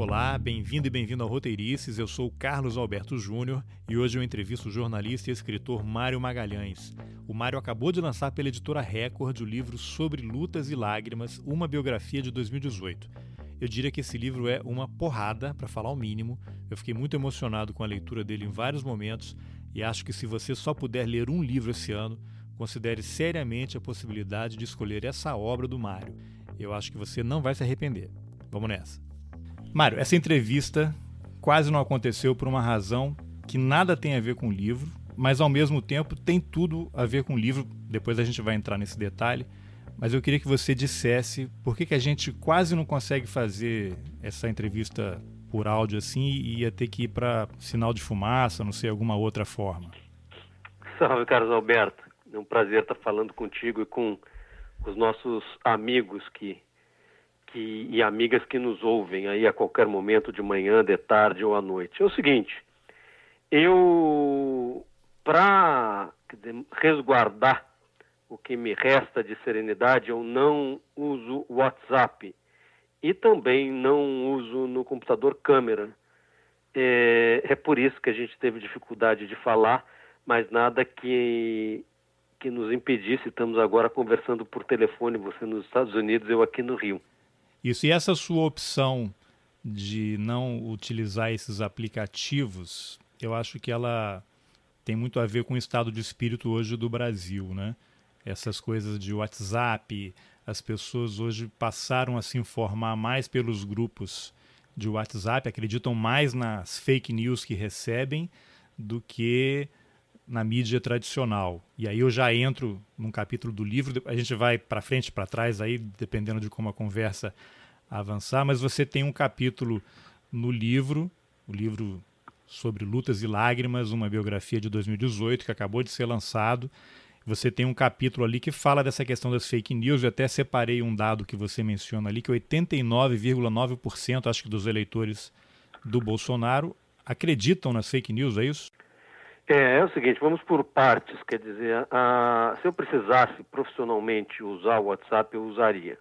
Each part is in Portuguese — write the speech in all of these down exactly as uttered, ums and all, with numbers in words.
Olá, bem-vindo e bem-vindo ao Roteirices. Eu sou o Carlos Alberto Júnior e hoje eu entrevisto o jornalista e escritor Mário Magalhães. O Mário acabou de lançar pela editora Record o livro Sobre Lutas e Lágrimas, uma biografia de dois mil e dezoito. Eu diria que esse livro é uma porrada, para falar o mínimo. Eu fiquei muito emocionado com a leitura dele em vários momentos e acho que se você só puder ler um livro esse ano, considere seriamente a possibilidade de escolher essa obra do Mário. Eu acho que você não vai se arrepender. Vamos nessa. Mário, essa entrevista quase não aconteceu por uma razão que nada tem a ver com o livro, mas ao mesmo tempo tem tudo a ver com o livro. Depois a gente vai entrar nesse detalhe, mas eu queria que você dissesse por que, que a gente quase não consegue fazer essa entrevista por áudio assim e ia ter que ir para sinal de fumaça, não sei, alguma outra forma. Salve, Carlos Alberto. É um prazer estar falando contigo e com os nossos amigos que, que, e amigas que nos ouvem aí a qualquer momento, de manhã, de tarde ou à noite. É o seguinte, eu, para resguardar o que me resta de serenidade, eu não uso WhatsApp e também não uso no computador câmera. É, é por isso que a gente teve dificuldade de falar, mas nada que... que nos impedisse. Estamos agora conversando por telefone, você nos Estados Unidos, eu aqui no Rio. Isso, e essa sua opção de não utilizar esses aplicativos, eu acho que ela tem muito a ver com o estado de espírito hoje do Brasil, né? Essas coisas de WhatsApp, as pessoas hoje passaram a se informar mais pelos grupos de WhatsApp, acreditam mais nas fake news que recebem do que na mídia tradicional. E aí eu já entro num capítulo do livro, a gente vai para frente, para trás, aí dependendo de como a conversa avançar, mas você tem um capítulo no livro, o livro Sobre Lutas e Lágrimas, uma biografia de dois mil e dezoito, que acabou de ser lançado. Você tem um capítulo ali que fala dessa questão das fake news. Eu até separei um dado que você menciona ali, que oitenta e nove vírgula nove por cento, acho que dos eleitores do Bolsonaro acreditam nas fake news, é isso? É, é o seguinte, vamos por partes, quer dizer, a, se eu precisasse profissionalmente usar o WhatsApp, eu usaria.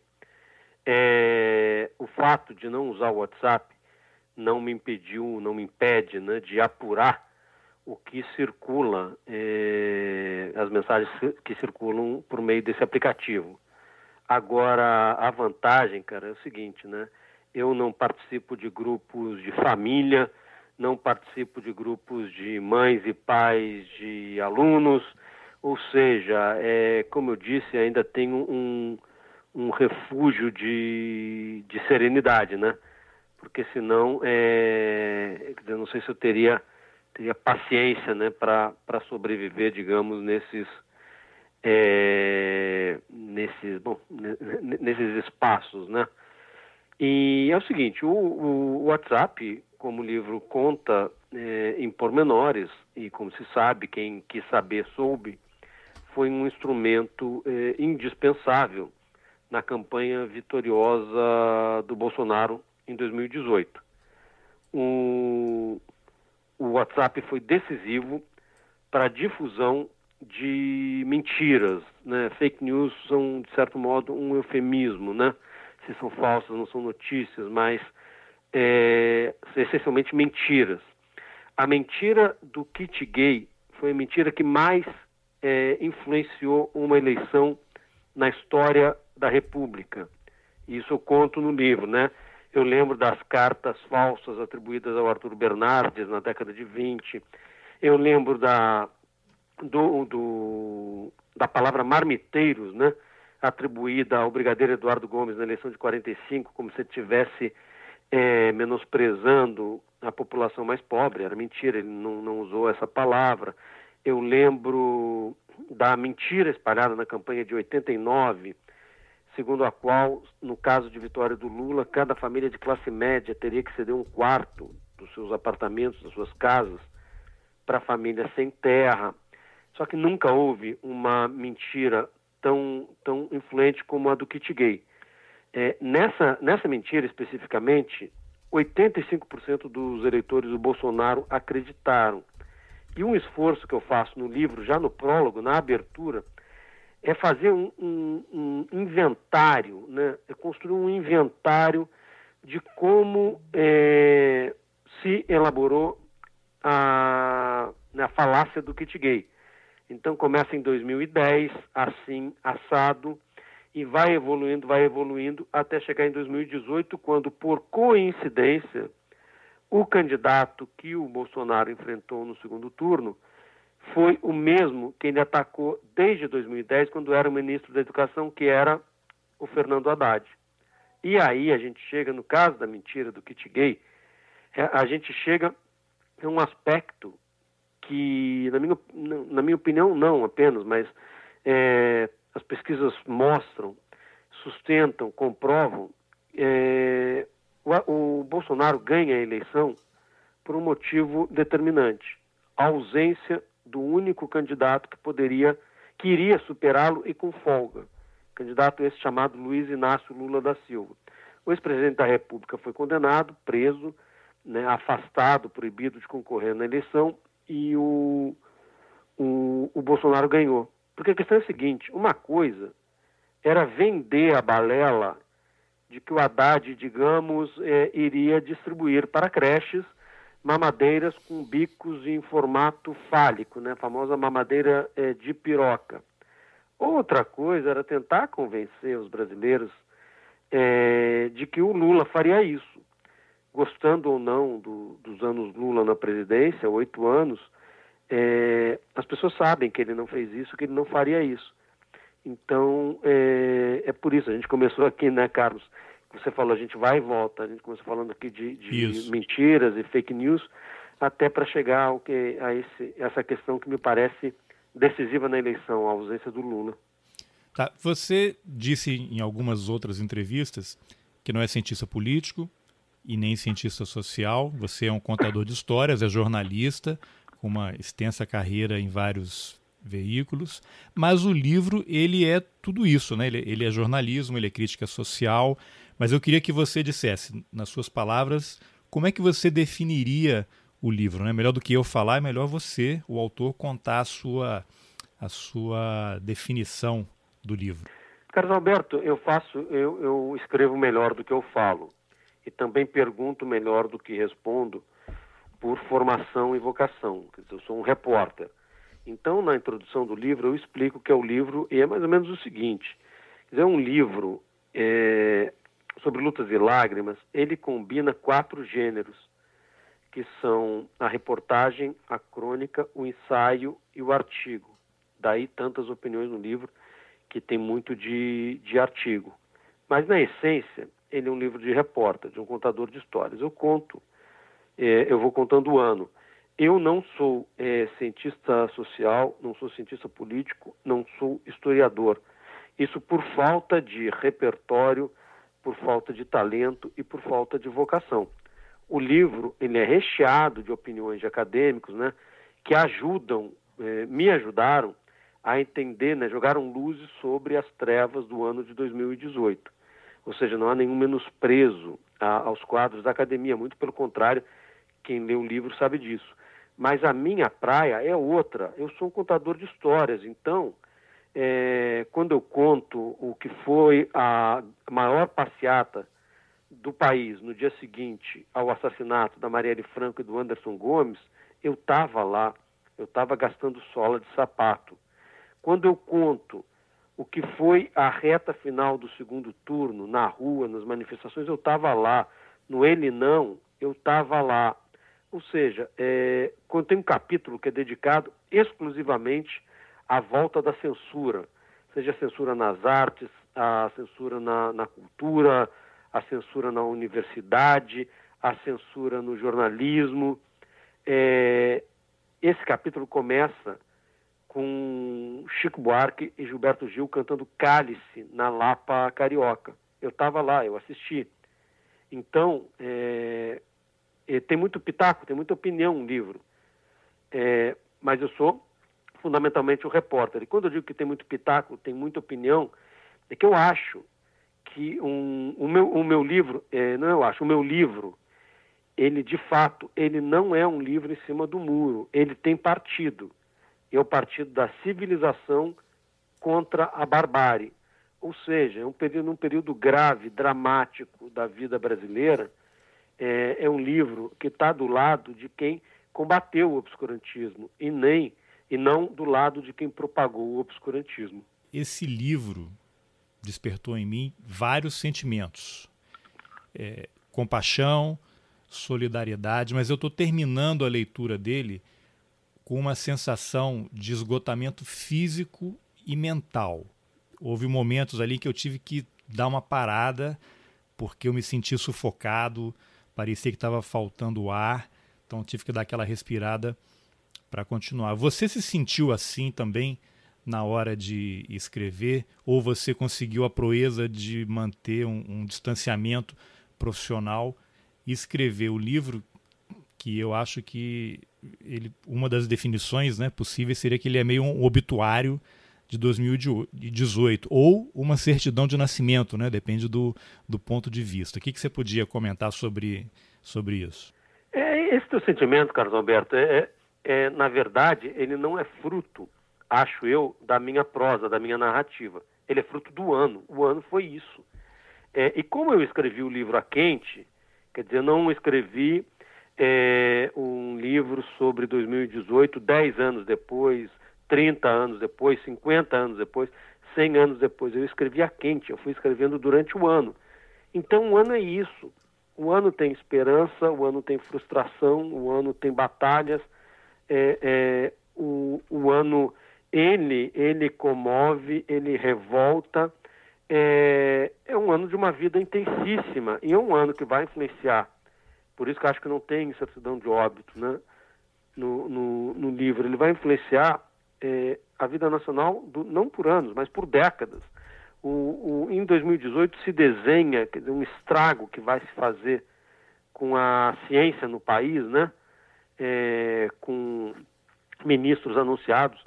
É, o fato de não usar o WhatsApp não me impediu, não me impede, né, de apurar o que circula, é, as mensagens que circulam por meio desse aplicativo. Agora, a vantagem, cara, é o seguinte, né, eu não participo de grupos de família, não participo de grupos de mães e pais de alunos, ou seja, é, como eu disse, ainda tenho um, um refúgio de, de serenidade, né? Porque senão, é, eu não sei se eu teria, teria paciência, né, para sobreviver, digamos, nesses, é, nesses, bom, nesses espaços, né? E é o seguinte, o, o WhatsApp, como o livro conta é, em pormenores, e como se sabe, quem quis saber soube, foi um instrumento é, indispensável na campanha vitoriosa do Bolsonaro em dois mil e dezoito. O, o WhatsApp foi decisivo para a difusão de mentiras, né? Fake news são, de certo modo, um eufemismo, né? Se são falsas, não são notícias, mas é, essencialmente mentiras. A mentira do kit gay foi a mentira que mais é, influenciou uma eleição na história da República. Isso eu conto no livro, né? Eu lembro das cartas falsas atribuídas ao Arthur Bernardes na década de vinte. Eu lembro da, do, do, da palavra marmiteiros, né? Atribuída ao brigadeiro Eduardo Gomes na eleição de quarenta e cinco, como se estivesse é, menosprezando a população mais pobre. Era mentira, ele não, não usou essa palavra. Eu lembro da mentira espalhada na campanha de oitenta e nove, segundo a qual, no caso de vitória do Lula, cada família de classe média teria que ceder um quarto dos seus apartamentos, das suas casas, para famílias sem terra. Só que nunca houve uma mentira tão, tão influente como a do kit gay. É, nessa, nessa mentira, especificamente, oitenta e cinco por cento dos eleitores do Bolsonaro acreditaram. E um esforço que eu faço no livro, já no prólogo, na abertura, é fazer um, um, um inventário, né? É construir um inventário de como é, se elaborou a, a falácia do kit gay. Então começa em dois mil e dez, assim, assado, e vai evoluindo, vai evoluindo, até chegar em dois mil e dezoito, quando, por coincidência, o candidato que o Bolsonaro enfrentou no segundo turno foi o mesmo que ele atacou desde dois mil e dez, quando era o ministro da Educação, que era o Fernando Haddad. E aí a gente chega, no caso da mentira do kit gay, a gente chega em um aspecto que, na minha, na minha opinião, não apenas, mas é, as pesquisas mostram, sustentam, comprovam, é, o, o Bolsonaro ganha a eleição por um motivo determinante: a ausência do único candidato que poderia, que iria superá-lo e com folga. Candidato esse chamado Luiz Inácio Lula da Silva. O ex-presidente da República foi condenado, preso, né, afastado, proibido de concorrer na eleição, e o, o, o Bolsonaro ganhou. Porque a questão é a seguinte: uma coisa era vender a balela de que o Haddad, digamos, é, iria distribuir para creches mamadeiras com bicos em formato fálico, né? A famosa mamadeira é, de piroca. Outra coisa era tentar convencer os brasileiros é, de que o Lula faria isso. Gostando ou não do, dos anos Lula na presidência, oito anos, é, as pessoas sabem que ele não fez isso, que ele não faria isso. Então, é, é por isso, a gente começou aqui, né, Carlos? Você falou, a gente vai e volta, a gente começou falando aqui de, de mentiras e fake news, até para chegar ao que, a esse, essa questão que me parece decisiva na eleição, a ausência do Lula. Tá. Você disse em algumas outras entrevistas que não é cientista político e nem cientista social, você é um contador de histórias, é jornalista, com uma extensa carreira em vários veículos, mas o livro, ele é tudo isso, né? Ele, ele é jornalismo, ele é crítica social, mas eu queria que você dissesse, nas suas palavras, como é que você definiria o livro, né? Melhor do que eu falar, é melhor você, o autor, contar a sua, a sua definição do livro. Carlos Alberto, eu faço, eu, eu escrevo melhor do que eu falo e também pergunto melhor do que respondo por formação e vocação. Quer dizer, eu sou um repórter. Então, na introdução do livro, eu explico o que é o livro, e é mais ou menos o seguinte: quer dizer, é um livro é, sobre lutas e lágrimas. Ele combina quatro gêneros, que são a reportagem, a crônica, o ensaio e o artigo. Daí tantas opiniões no livro, que tem muito de, de artigo. Mas, na essência, ele é um livro de repórter, de um contador de histórias. Eu conto, é, eu vou contando o ano. Eu não sou é, cientista social, não sou cientista político, não sou historiador. Isso por falta de repertório, por falta de talento e por falta de vocação. O livro, ele é recheado de opiniões de acadêmicos, né, que ajudam, é, me ajudaram a entender, né, jogaram luzes sobre as trevas do ano de dois mil e dezoito. Ou seja, não há nenhum menosprezo a, aos quadros da academia, muito pelo contrário, quem lê o livro sabe disso. Mas a minha praia é outra. Eu sou um contador de histórias, então, é, quando eu conto o que foi a maior passeata do país no dia seguinte ao assassinato da Marielle Franco e do Anderson Gomes, eu estava lá, eu estava gastando sola de sapato. Quando eu conto o que foi a reta final do segundo turno, na rua, nas manifestações, eu estava lá. No ele não, eu estava lá. Ou seja, é, quando tem um capítulo que é dedicado exclusivamente à volta da censura, seja a censura nas artes, a censura na, na cultura, a censura na universidade, a censura no jornalismo. É, esse capítulo começa com Chico Buarque e Gilberto Gil cantando Cálice na Lapa Carioca. Eu estava lá, eu assisti. Então, é, é, tem muito pitaco, tem muita opinião no livro. É, mas eu sou fundamentalmente um repórter. E quando eu digo que tem muito pitaco, tem muita opinião, é que eu acho que um, o, meu, o meu livro, é, não eu acho, o meu livro, ele de fato, ele não é um livro em cima do muro, ele tem partido. É o partido da civilização contra a barbárie. Ou seja, é um período, um período grave, dramático da vida brasileira. É, é um livro que está do lado de quem combateu o obscurantismo e, nem, e não do lado de quem propagou o obscurantismo. Esse livro despertou em mim vários sentimentos. É, compaixão, solidariedade, mas eu estou terminando a leitura dele com uma sensação de esgotamento físico e mental. Houve momentos ali que eu tive que dar uma parada porque eu me senti sufocado, parecia que estava faltando ar, então eu tive que dar aquela respirada para continuar. Você se sentiu assim também na hora de escrever, ou você conseguiu a proeza de manter um, um distanciamento profissional e escrever o livro, que eu acho que ele, uma das definições, né, possíveis seria que ele é meio um obituário de dois mil e dezoito, ou uma certidão de nascimento, né, depende do, do ponto de vista. O que, que você podia comentar sobre, sobre isso? É, esse teu sentimento, Carlos Alberto, é, é, na verdade, ele não é fruto, acho eu, da minha prosa, da minha narrativa. Ele é fruto do ano. O ano foi isso. É, e como eu escrevi o livro a quente, quer dizer, eu não escrevi é, um livro sobre dois mil e dezoito, dez anos depois, trinta anos depois, cinquenta anos depois, cem anos depois. Eu escrevi a quente, eu fui escrevendo durante o ano. Então o ano é isso. O ano tem esperança, o ano tem frustração, o ano tem batalhas. É, é, o, o ano, ele, ele comove, ele revolta. É, é um ano de uma vida intensíssima e é um ano que vai influenciar. Por isso que eu acho que não tem certidão de óbito, né? no, no, no livro. Ele vai influenciar é, a vida nacional, do, não por anos, mas por décadas. O, o, em dois mil e dezoito se desenha, quer dizer, um estrago que vai se fazer com a ciência no país, né? É, com ministros anunciados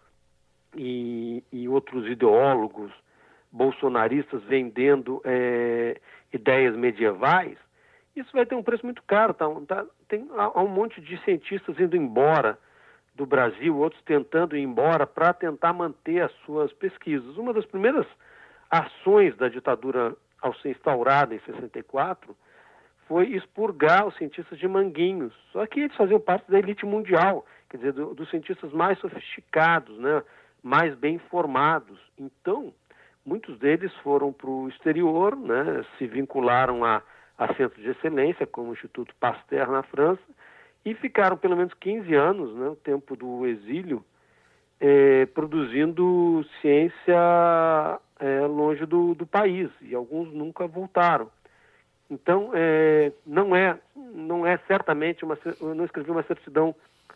e, e outros ideólogos bolsonaristas vendendo é, ideias medievais. Isso vai ter um preço muito caro. Tá? Tá, tem, há um monte de cientistas indo embora do Brasil, outros tentando ir embora para tentar manter as suas pesquisas. Uma das primeiras ações da ditadura ao ser instaurada em sessenta e quatro foi expurgar os cientistas de Manguinhos. Só que eles faziam parte da elite mundial, quer dizer, do, dos cientistas mais sofisticados, né, mais bem formados. Então, muitos deles foram para o exterior, né, se vincularam a, a centros de excelência, como o Instituto Pasteur na França, e ficaram pelo menos quinze anos, né, o tempo do exílio, é, produzindo ciência é, longe do, do país, e alguns nunca voltaram. Então, é, não é, não é certamente uma, eu não escrevi uma certidão,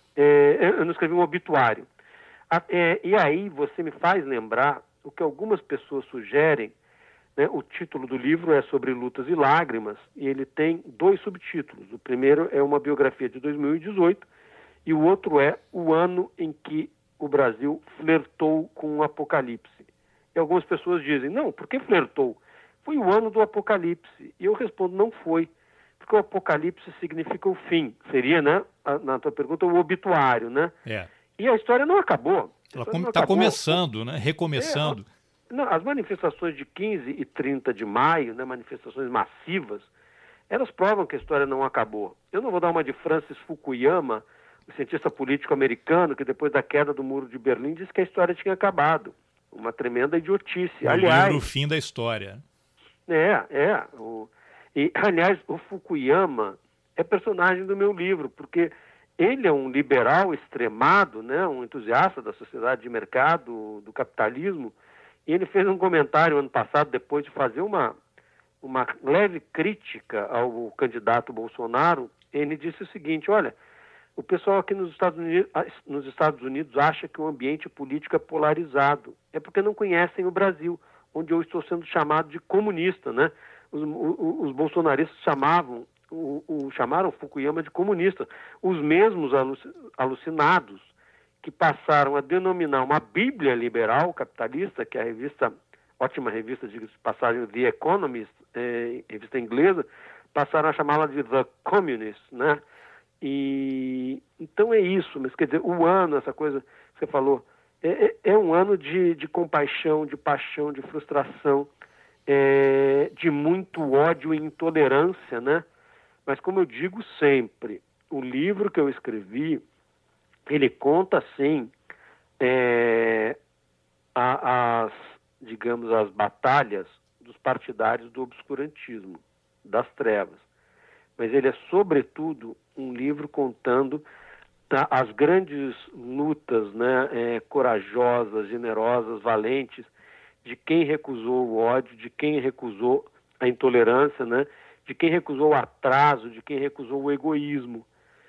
é, eu não escrevi um obituário. A, é, e aí você me faz lembrar o que algumas pessoas sugerem, né? O título do livro é Sobre Lutas e Lágrimas, e ele tem dois subtítulos. O primeiro é uma biografia de dois mil e dezoito, e o outro é o ano em que o Brasil flertou com o apocalipse. E algumas pessoas dizem, não, por que flertou? Foi o ano do apocalipse. E eu respondo, não foi. Porque o apocalipse significa o fim. Seria, né, a, na tua pergunta, o obituário, né? É. E a história não acabou. Ela está começando, né? Recomeçando. É, não, as manifestações de quinze e trinta de maio, né, manifestações massivas, elas provam que a história não acabou. Eu não vou dar uma de Francis Fukuyama, o cientista político americano, que depois da queda do Muro de Berlim disse que a história tinha acabado. Uma tremenda idiotice. O aliás, livro Fim da História. É, é. O, e, aliás, o Fukuyama é personagem do meu livro, porque ele é um liberal extremado, né, um entusiasta da sociedade de mercado, do capitalismo, e ele fez um comentário ano passado, depois de fazer uma, uma leve crítica ao candidato Bolsonaro. Ele disse o seguinte, olha, o pessoal aqui nos Estados Unidos, nos Estados Unidos acha que o ambiente político é polarizado. É porque não conhecem o Brasil, onde eu estou sendo chamado de comunista, né? Os, os, os bolsonaristas chamavam, o, o, chamaram Fukuyama de comunista. Os mesmos alucinados que passaram a denominar uma Bíblia liberal capitalista, que é a revista, ótima revista de passagem, The Economist, é, revista inglesa, passaram a chamá-la de The Communist, né? E então é isso, mas quer dizer, o ano, essa coisa que você falou, É, é um ano de, de compaixão, de paixão, de frustração, é, de muito ódio e intolerância, né? Mas como eu digo sempre, o livro que eu escrevi, ele conta, sim, é, a, as, digamos, as batalhas dos partidários do obscurantismo, das trevas. Mas ele é, sobretudo, um livro contando tá, as grandes lutas, né, é, corajosas, generosas, valentes, de quem recusou o ódio, de quem recusou a intolerância, né, de quem recusou o atraso, de quem recusou o egoísmo.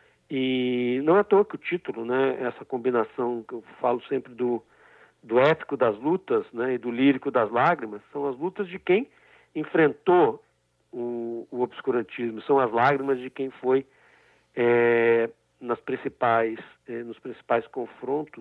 E não é à toa que o título, né, essa combinação que eu falo sempre do, do épico das lutas, né, e do lírico das lágrimas, são as lutas de quem enfrentou o, o obscurantismo, são as lágrimas de quem foi é, nas principais, é, nos principais confrontos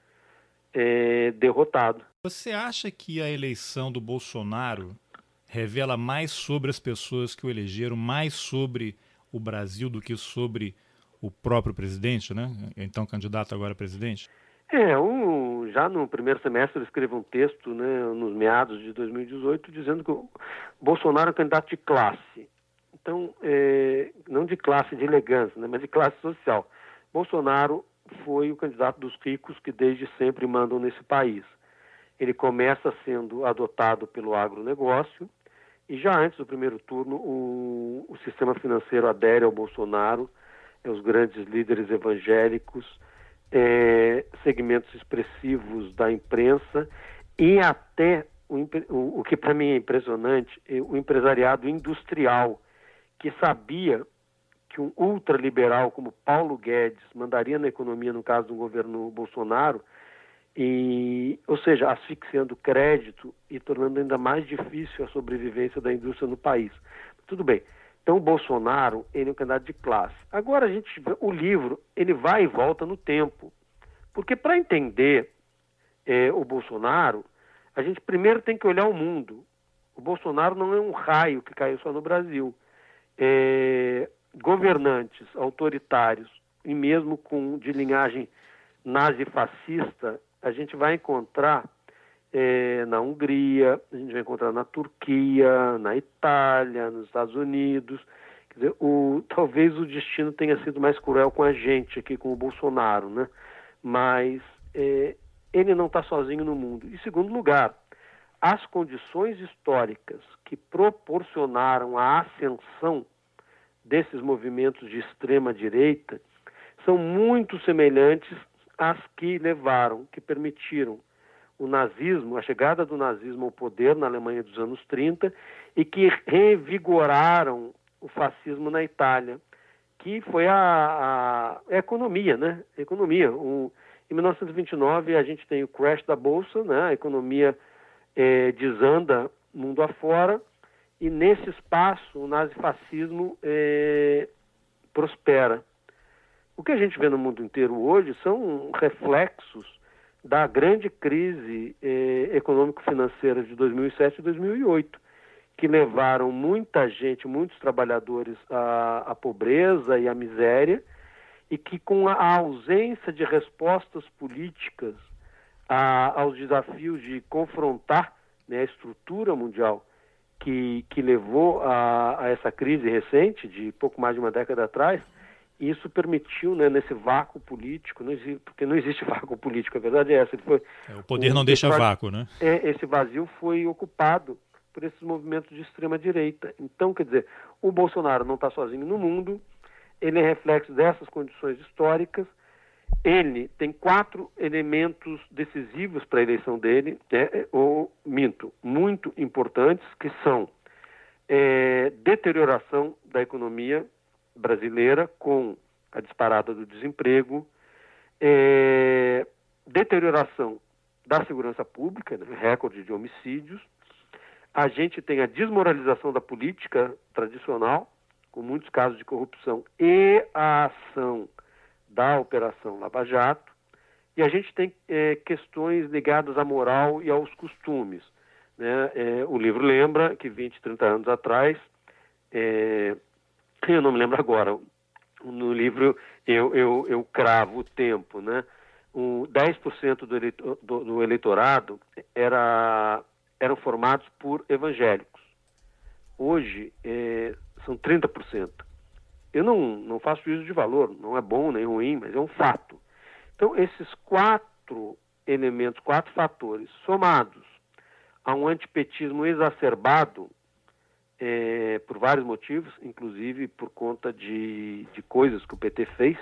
é, derrotado. Você acha que a eleição do Bolsonaro revela mais sobre as pessoas que o elegeram, mais sobre o Brasil do que sobre o próprio presidente, né? Então candidato agora a presidente? É, um, já no primeiro semestre eu escrevo um texto, né, nos meados de dois mil e dezoito, dizendo que o Bolsonaro é um candidato de classe. Então, é, não de classe de elegância, né, mas de classe social. Bolsonaro foi o candidato dos ricos que desde sempre mandam nesse país. Ele começa sendo adotado pelo agronegócio e já antes do primeiro turno o, o sistema financeiro adere ao Bolsonaro, é, os grandes líderes evangélicos, é, segmentos expressivos da imprensa e até o, o, o que para mim é impressionante, é o empresariado industrial, que sabia que um ultraliberal como Paulo Guedes mandaria na economia, no caso do governo Bolsonaro, e, ou seja, asfixiando crédito e tornando ainda mais difícil a sobrevivência da indústria no país. Tudo bem. Então, o Bolsonaro, ele é um candidato de classe. Agora, a gente, o livro, ele vai e volta no tempo. Porque para entender é, o Bolsonaro, a gente primeiro tem que olhar o mundo. O Bolsonaro não é um raio que caiu só no Brasil. É, governantes autoritários, e mesmo com de linhagem nazi-fascista, a gente vai encontrar é, na Hungria, a gente vai encontrar na Turquia, na Itália, nos Estados Unidos. Quer dizer, o, talvez o destino tenha sido mais cruel com a gente aqui, com o Bolsonaro, né? Mas é, ele não está sozinho no mundo. Em segundo lugar, as condições históricas que proporcionaram a ascensão desses movimentos de extrema-direita são muito semelhantes às que levaram, que permitiram o nazismo, a chegada do nazismo ao poder na Alemanha dos anos trinta e que revigoraram o fascismo na Itália, que foi a, a, a economia, né? A economia. O, em mil novecentos e vinte e nove a gente tem o crash da Bolsa, né? A economia é, desanda mundo afora e nesse espaço o nazifascismo é, prospera. O que a gente vê no mundo inteiro hoje são reflexos da grande crise eh, econômico-financeira de dois mil e sete e dois mil e oito, que levaram muita gente, muitos trabalhadores à, à pobreza e à miséria, e que com a ausência de respostas políticas a, aos desafios de confrontar, né, a estrutura mundial que, que levou a, a essa crise recente, de pouco mais de uma década atrás, e isso permitiu, né, nesse vácuo político, não existe, porque não existe vácuo político, a verdade é essa. Ele foi, é, o poder o, não deixa esse, vácuo, né? É, esse vazio foi ocupado por esses movimentos de extrema-direita. Então, quer dizer, o Bolsonaro não está sozinho no mundo, ele é reflexo dessas condições históricas, ele tem quatro elementos decisivos para a eleição dele, né, ou, minto, muito importantes, que são é, deterioração da economia brasileira com a disparada do desemprego, é, deterioração da segurança pública, né, recorde de homicídios. A gente tem a desmoralização da política tradicional, com muitos casos de corrupção, e a ação da Operação Lava Jato. E a gente tem é, questões ligadas à moral e aos costumes, né? É, o livro lembra que vinte, trinta anos atrás, é, eu não me lembro agora, no livro eu, eu, eu cravo o tempo, né? um dez por cento do, eleitor, do, do eleitorado era, eram formados por evangélicos. Hoje é, são trinta por cento. Eu não, não faço juízo de valor, não é bom nem ruim, mas é um fato. Então, esses quatro elementos, quatro fatores, somados a um antipetismo exacerbado, é, por vários motivos, inclusive por conta de, de coisas que o P T fez,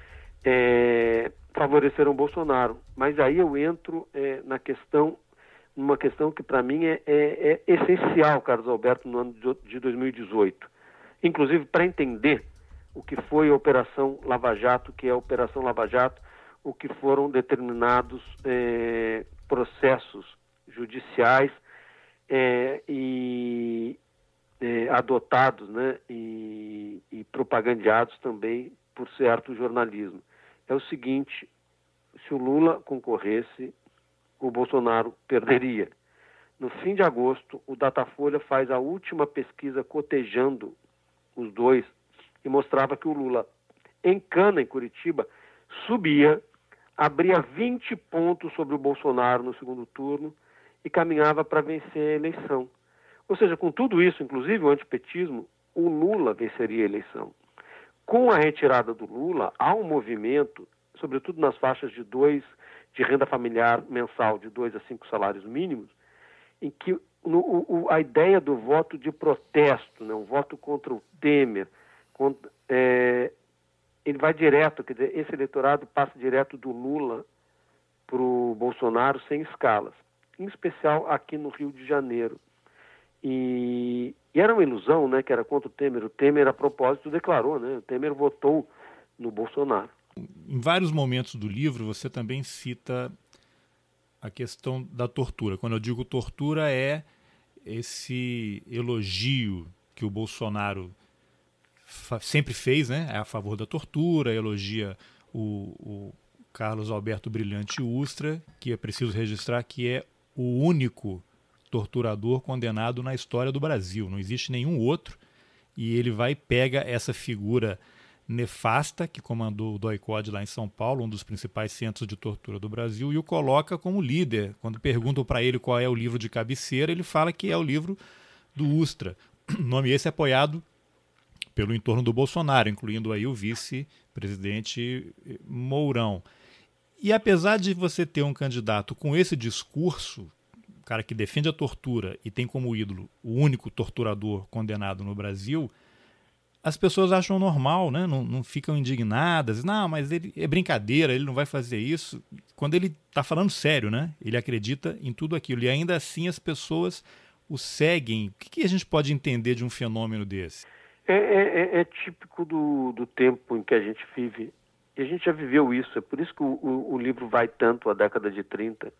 é, favoreceram o Bolsonaro. Mas aí eu entro é, na questão, numa questão que para mim é, é, é essencial, Carlos Alberto, no ano de dois mil e dezoito. Inclusive para entender o que foi a Operação Lava Jato, que é a Operação Lava Jato, o que foram determinados é, processos judiciais é, e é, adotados, né, e, e propagandeados também por certo jornalismo. É o seguinte: se o Lula concorresse, o Bolsonaro perderia. No fim de agosto, o Datafolha faz a última pesquisa cotejando os dois e mostrava que o Lula, em Cana, em Curitiba, subia, abria vinte pontos sobre o Bolsonaro no segundo turno e caminhava para vencer a eleição. Ou seja, com tudo isso, inclusive o antipetismo, o Lula venceria a eleição. Com a retirada do Lula, há um movimento, sobretudo nas faixas de dois, de renda familiar mensal de dois a cinco salários mínimos, em que no, o, a ideia do voto de protesto, né, um voto contra o Temer, contra, é, ele vai direto, quer dizer, esse eleitorado passa direto do Lula para o Bolsonaro sem escalas, em especial aqui no Rio de Janeiro. E, e era uma ilusão, né, que era contra o Temer. O Temer, a propósito, declarou, né, o Temer votou no Bolsonaro. Em vários momentos do livro, você também cita a questão da tortura. Quando eu digo tortura, é esse elogio que o Bolsonaro sempre fez, né? É a favor da tortura, elogia o, o Carlos Alberto Brilhante Ustra, que é preciso registrar que é o único torturador condenado na história do Brasil. Não existe nenhum outro. E ele vai e pega essa figura nefasta que comandou o D O I-C O D lá em São Paulo, um dos principais centros de tortura do Brasil, e o coloca como líder. Quando perguntam para ele qual é o livro de cabeceira, ele fala que é o livro do Ustra. O nome esse é apoiado pelo entorno do Bolsonaro, incluindo aí o vice-presidente Mourão. E apesar de você ter um candidato com esse discurso, um cara que defende a tortura e tem como ídolo o único torturador condenado no Brasil, as pessoas acham normal, né? não, não ficam indignadas. Não, mas ele é brincadeira, ele não vai fazer isso. Quando ele está falando sério, né? Ele acredita em tudo aquilo. E ainda assim as pessoas o seguem. O que, que a gente pode entender de um fenômeno desse? É, é, é típico do, do tempo em que a gente vive. E a gente já viveu isso. É por isso que o, o, o livro vai tanto à década de trinta.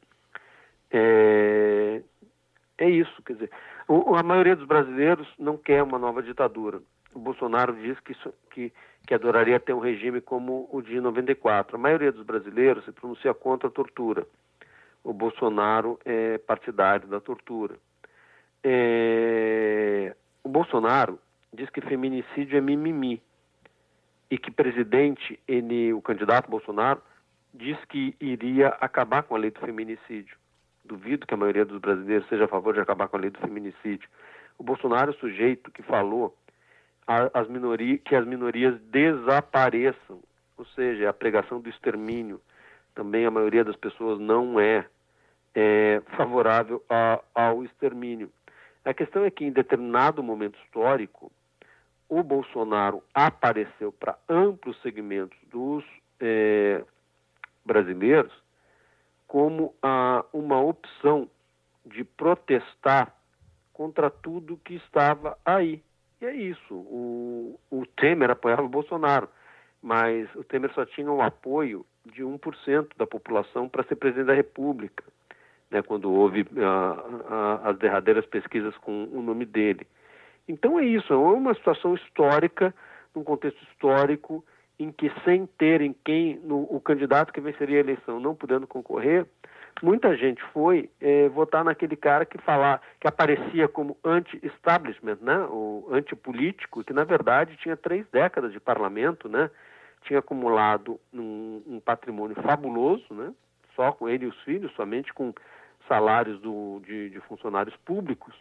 É, é isso, quer dizer, o, a maioria dos brasileiros não quer uma nova ditadura. O Bolsonaro diz que, isso, que, que adoraria ter um regime como o de noventa e quatro. A maioria dos brasileiros se pronuncia contra a tortura. O Bolsonaro é partidário da tortura. É, o Bolsonaro diz que feminicídio é mimimi e que presidente, ele, o candidato Bolsonaro, diz que iria acabar com a lei do feminicídio. Duvido que a maioria dos brasileiros seja a favor de acabar com a lei do feminicídio. O Bolsonaro é o sujeito que falou as minorias, que as minorias desapareçam, ou seja, a pregação do extermínio. Também a maioria das pessoas não é, é favorável a, ao extermínio. A questão é que em determinado momento histórico, o Bolsonaro apareceu para amplos segmentos dos é, brasileiros como a, uma opção de protestar contra tudo que estava aí. E é isso, o, o Temer apoiava o Bolsonaro, mas o Temer só tinha o apoio de um por cento da população para ser presidente da República, né, quando houve a, a, as derradeiras pesquisas com o nome dele. Então é isso, é uma situação histórica, num contexto histórico, em que sem terem quem, no, o candidato que venceria a eleição não podendo concorrer, muita gente foi é, votar naquele cara que falar, que aparecia como anti-establishment, né, o antipolítico, que na verdade tinha três décadas de parlamento, né, tinha acumulado um, um patrimônio fabuloso, né? Só com ele e os filhos, somente com salários do, de, de funcionários públicos.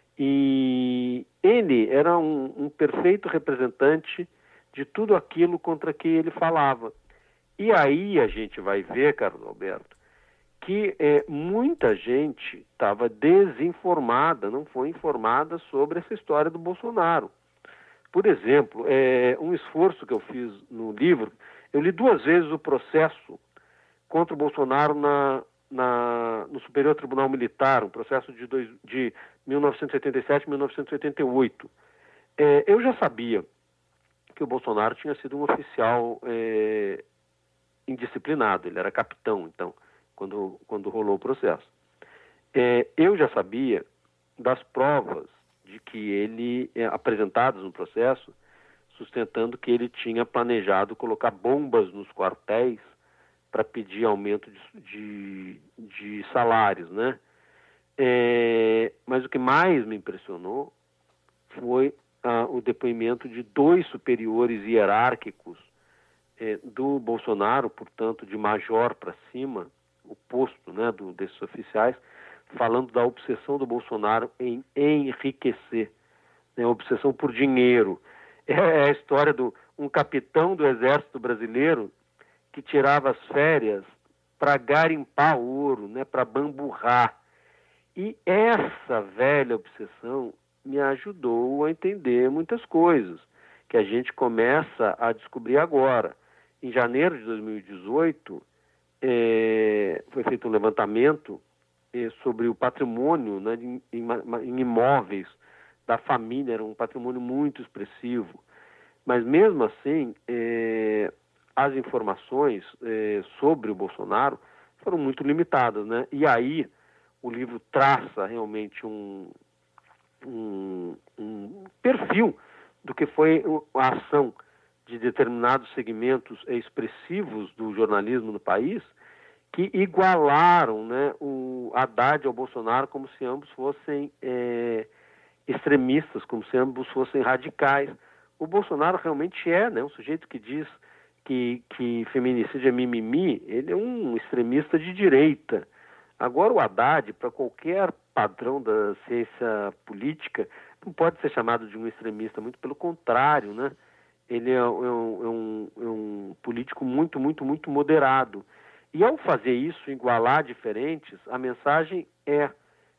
E ele era um, um perfeito representante de tudo aquilo contra que ele falava. E aí a gente vai ver, Carlos Alberto, que é, muita gente estava desinformada, não foi informada sobre essa história do Bolsonaro. Por exemplo, é, um esforço que eu fiz no livro, eu li duas vezes o processo contra o Bolsonaro na, na, no Superior Tribunal Militar, um processo de, dois, de mil novecentos e oitenta e sete a mil novecentos e oitenta e oito. É, eu já sabia que o Bolsonaro tinha sido um oficial é, indisciplinado, ele era capitão, então, quando, quando rolou o processo. É, eu já sabia das provas de que ele, é, apresentadas no processo, sustentando que ele tinha planejado colocar bombas nos quartéis para pedir aumento de, de, de salários, né? É, mas o que mais me impressionou foi ah, o depoimento de dois superiores hierárquicos é, do Bolsonaro, portanto, de major para cima, o posto, né, do, desses oficiais, falando da obsessão do Bolsonaro em enriquecer, né, obsessão por dinheiro. É a história de um capitão do Exército Brasileiro que tirava as férias para garimpar ouro, né, para bamburrar. E essa velha obsessão me ajudou a entender muitas coisas que a gente começa a descobrir agora. Em janeiro de dois mil e dezoito, é, foi feito um levantamento é, sobre o patrimônio, né, em, em, em imóveis da família, era um patrimônio muito expressivo. Mas mesmo assim, é, as informações é, sobre o Bolsonaro foram muito limitadas, né? E aí o livro traça realmente um, um, um perfil do que foi a ação de determinados segmentos expressivos do jornalismo no país, que igualaram, né, o Haddad ao Bolsonaro como se ambos fossem é, extremistas, como se ambos fossem radicais. O Bolsonaro realmente é, né, um sujeito que diz que, que feminicídio é mimimi, ele é um extremista de direita. Agora o Haddad, para qualquer padrão da ciência política, não pode ser chamado de um extremista, muito pelo contrário, né? Ele é um, é um, é um político muito, muito, muito moderado. E ao fazer isso, igualar diferentes, a mensagem é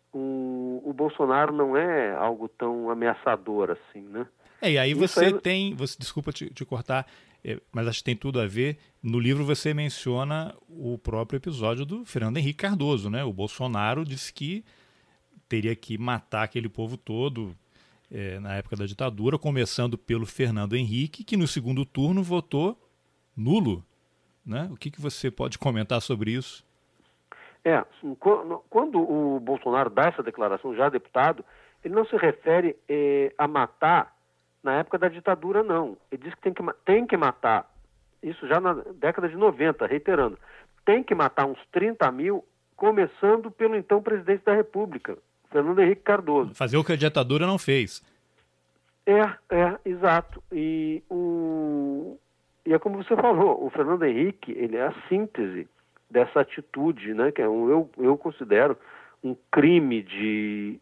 o, o Bolsonaro não é algo tão ameaçador assim, né? É, e aí Isso você aí... tem, você, desculpa te, te cortar, é, mas acho que tem tudo a ver. No livro você menciona o próprio episódio do Fernando Henrique Cardoso, né? O Bolsonaro disse que teria que matar aquele povo todo é, na época da ditadura, começando pelo Fernando Henrique, que no segundo turno votou nulo, né? O que, que você pode comentar sobre isso? É, quando o Bolsonaro dá essa declaração, já deputado, ele não se refere eh, a matar na época da ditadura, não. Ele diz que tem que, tem que matar, isso já na década de noventa, reiterando, tem que matar uns trinta mil, começando pelo então presidente da República, Fernando Henrique Cardoso. Fazer o que a ditadura não fez. É, é, exato. E, o... e é como você falou, o Fernando Henrique, ele é a síntese dessa atitude, né, que é um, eu, eu considero um crime de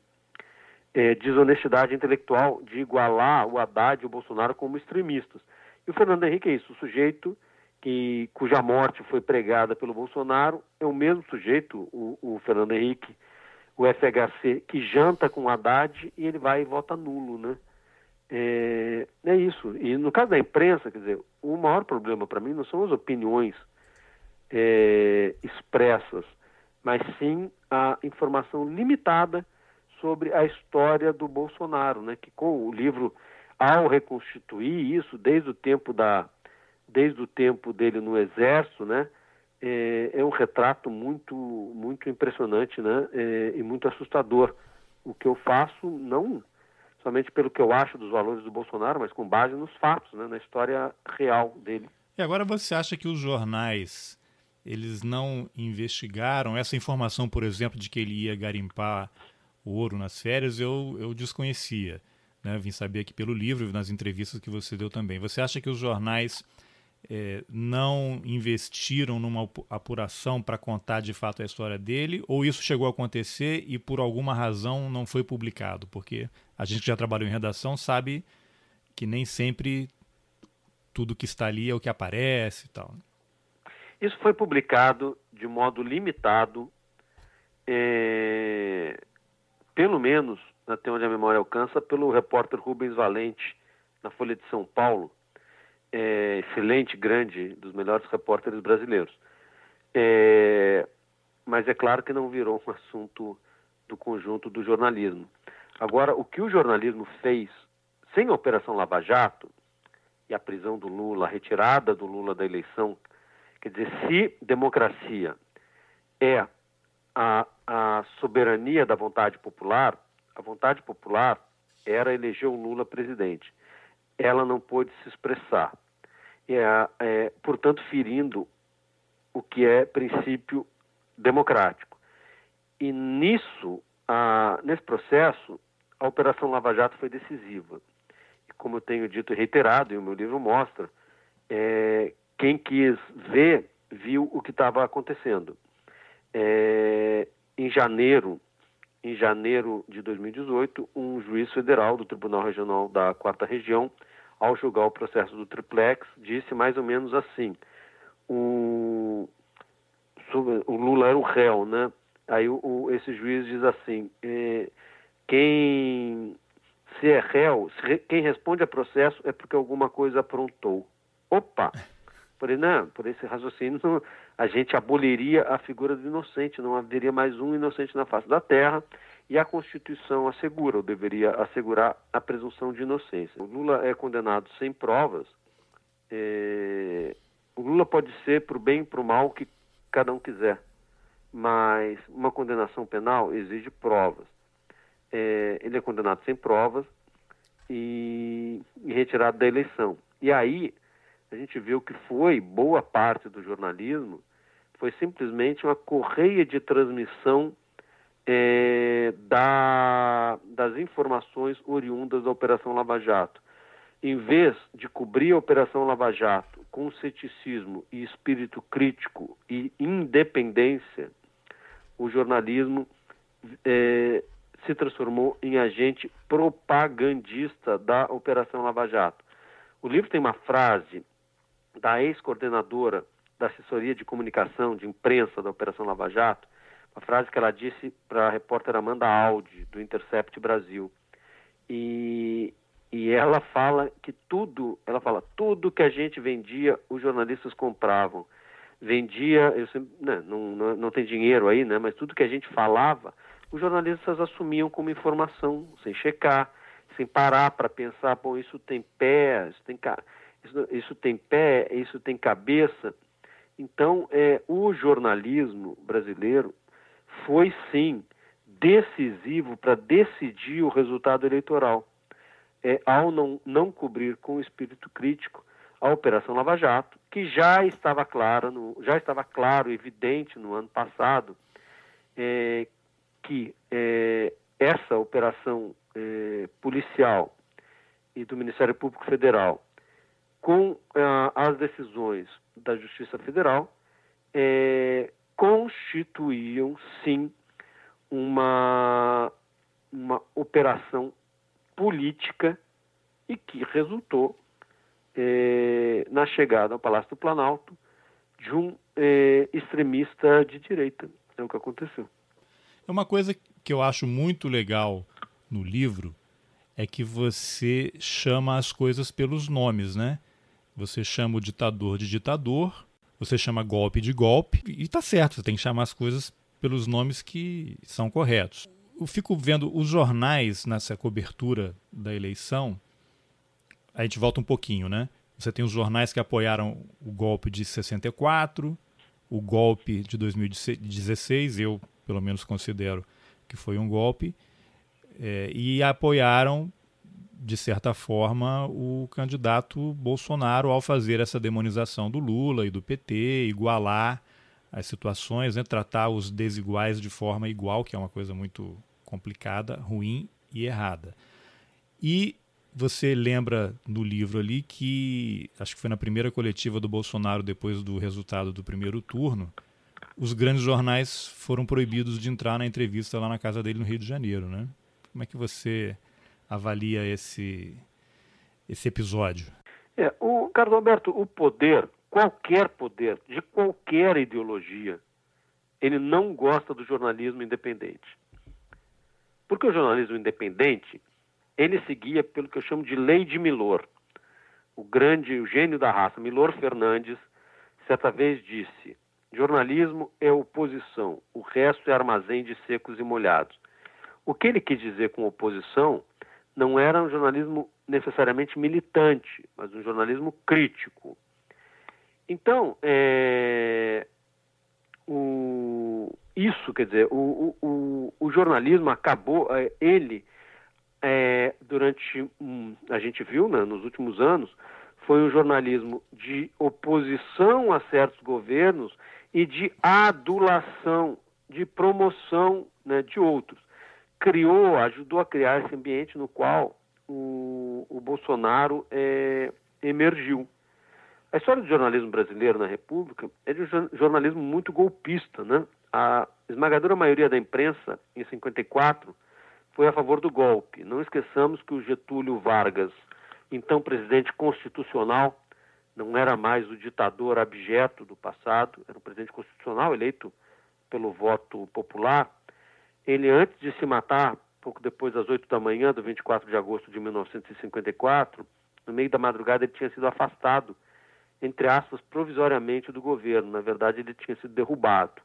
é, desonestidade intelectual, de igualar o Haddad e o Bolsonaro como extremistas. E o Fernando Henrique é isso, o sujeito que, cuja morte foi pregada pelo Bolsonaro, é o mesmo sujeito, o, o Fernando Henrique, o F H C, que janta com o Haddad e ele vai e vota nulo, né? É, é isso. E no caso da imprensa, quer dizer, o maior problema para mim não são as opiniões É, expressas, mas sim a informação limitada sobre a história do Bolsonaro, né? Que com o livro, ao reconstituir isso desde o tempo da, desde o tempo dele no Exército, né? É, é um retrato muito, muito impressionante, né? É, e muito assustador. O que eu faço não somente pelo que eu acho dos valores do Bolsonaro, mas com base nos fatos, né? Na história real dele. E agora você acha que os jornais eles não investigaram essa informação, por exemplo, de que ele ia garimpar ouro nas férias? Eu, eu desconhecia, né? Vim saber aqui pelo livro e nas entrevistas que você deu também. Você acha que os jornais é, não investiram numa apuração para contar de fato a história dele, ou isso chegou a acontecer e por alguma razão não foi publicado? Porque a gente que já trabalhou em redação sabe que nem sempre tudo que está ali é o que aparece e tal. Isso foi publicado de modo limitado, é, pelo menos, até onde a memória alcança, pelo repórter Rubens Valente, na Folha de São Paulo, é, excelente, grande, dos melhores repórteres brasileiros. É, mas é claro que não virou um assunto do conjunto do jornalismo. Agora, o que o jornalismo fez sem a Operação Lava Jato e a prisão do Lula, a retirada do Lula da eleição, quer dizer, se democracia é a, a soberania da vontade popular, a vontade popular era eleger o Lula presidente. Ela não pôde se expressar, é, é, portanto, ferindo o que é princípio democrático. E nisso, a, nesse processo, a Operação Lava Jato foi decisiva. E como eu tenho dito e reiterado, e o meu livro mostra, é, quem quis ver, viu o que estava acontecendo. É, em janeiro, em janeiro de dois mil e dezoito, um juiz federal do Tribunal Regional da Quarta Região, ao julgar o processo do Triplex, disse mais ou menos assim: o, o Lula era o réu, né? Aí o, o, esse juiz diz assim: é, quem se é réu, se re, quem responde a processo é porque alguma coisa aprontou. Opa! Por, né, por esse raciocínio, a gente aboliria a figura do inocente, não haveria mais um inocente na face da terra, e a Constituição assegura, ou deveria assegurar, a presunção de inocência. O Lula é condenado sem provas. É, o Lula pode ser para o bem e para o mal o que cada um quiser, mas uma condenação penal exige provas. É, ele é condenado sem provas e, e retirado da eleição. E aí a gente viu que foi, boa parte do jornalismo, foi simplesmente uma correia de transmissão é, da, das informações oriundas da Operação Lava Jato. Em vez de cobrir a Operação Lava Jato com ceticismo e espírito crítico e independência, o jornalismo é, se transformou em agente propagandista da Operação Lava Jato. O livro tem uma frase da ex-coordenadora da assessoria de comunicação, de imprensa da Operação Lava Jato, uma frase que ela disse para a repórter Amanda Aldi, do Intercept Brasil. E, e ela fala que tudo, ela fala, tudo que a gente vendia, os jornalistas compravam. Vendia, eu sempre, né, não, não, não tem dinheiro aí, né, mas tudo que a gente falava, os jornalistas assumiam como informação, sem checar, sem parar para pensar, bom, isso tem pé, isso tem, isso, isso tem pé, isso tem cabeça. Então, é, o jornalismo brasileiro foi, sim, decisivo para decidir o resultado eleitoral, é, ao não, não cobrir com espírito crítico a Operação Lava Jato, que já estava clara, no, já estava claro, evidente no ano passado, é, que é, essa operação é, policial e do Ministério Público Federal, com ah, as decisões da Justiça Federal, é, constituíam, sim, uma, uma operação política e que resultou é, na chegada ao Palácio do Planalto de um é, extremista de direita. É o que aconteceu. É uma coisa que eu acho muito legal no livro, é que você chama as coisas pelos nomes, né? Você chama o ditador de ditador, você chama golpe de golpe, e tá certo, você tem que chamar as coisas pelos nomes que são corretos. Eu fico vendo os jornais nessa cobertura da eleição, a gente volta um pouquinho, né? Você tem os jornais que apoiaram o golpe de sessenta e quatro, o golpe de dois mil e dezesseis, eu pelo menos considero que foi um golpe, é, e apoiaram, de certa forma, o candidato Bolsonaro ao fazer essa demonização do Lula e do P T, igualar as situações, né, tratar os desiguais de forma igual, que é uma coisa muito complicada, ruim e errada. E Você lembra no livro ali que, acho que foi na primeira coletiva do Bolsonaro, depois do resultado do primeiro turno, os grandes jornais foram proibidos de entrar na entrevista lá na casa dele no Rio de Janeiro, né? Como é que você avalia esse, esse episódio? É, o Carlos Alberto, o poder, qualquer poder, de qualquer ideologia, ele não gosta do jornalismo independente. Porque o jornalismo independente, ele seguia pelo que eu chamo de lei de Milor. O grande, o gênio da raça, Milor Fernandes, certa vez disse: jornalismo é oposição, o resto é armazém de secos e molhados. O que ele quis dizer com oposição não era um jornalismo necessariamente militante, mas um jornalismo crítico. Então, é, o, isso, quer dizer, o, o, o jornalismo acabou, é, ele, é, durante, um, a gente viu, né, nos últimos anos, foi um jornalismo de oposição a certos governos e de adulação, de promoção, né, de outros. Criou, ajudou a criar esse ambiente no qual o, o Bolsonaro é, emergiu. A história do jornalismo brasileiro na República é de um jornalismo muito golpista, né? A esmagadora maioria da imprensa, em cinquenta e quatro, foi a favor do golpe. Não esqueçamos que o Getúlio Vargas, então presidente constitucional, não era mais o ditador abjeto do passado, era um presidente constitucional eleito pelo voto popular. Ele, antes de se matar, pouco depois das oito da manhã, do vinte e quatro de agosto de mil novecentos e cinquenta e quatro, no meio da madrugada ele tinha sido afastado, entre aspas, provisoriamente do governo. Na verdade, ele tinha sido derrubado.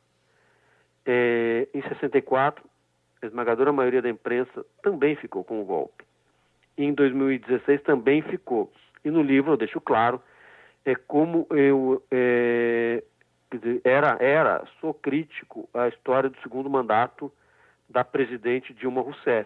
É, em sessenta e quatro, a esmagadora maioria da imprensa também ficou com o golpe. E em dois mil e dezesseis também ficou. E no livro eu deixo claro é, como eu é, era, era, sou crítico à história do segundo mandato da presidente Dilma Rousseff,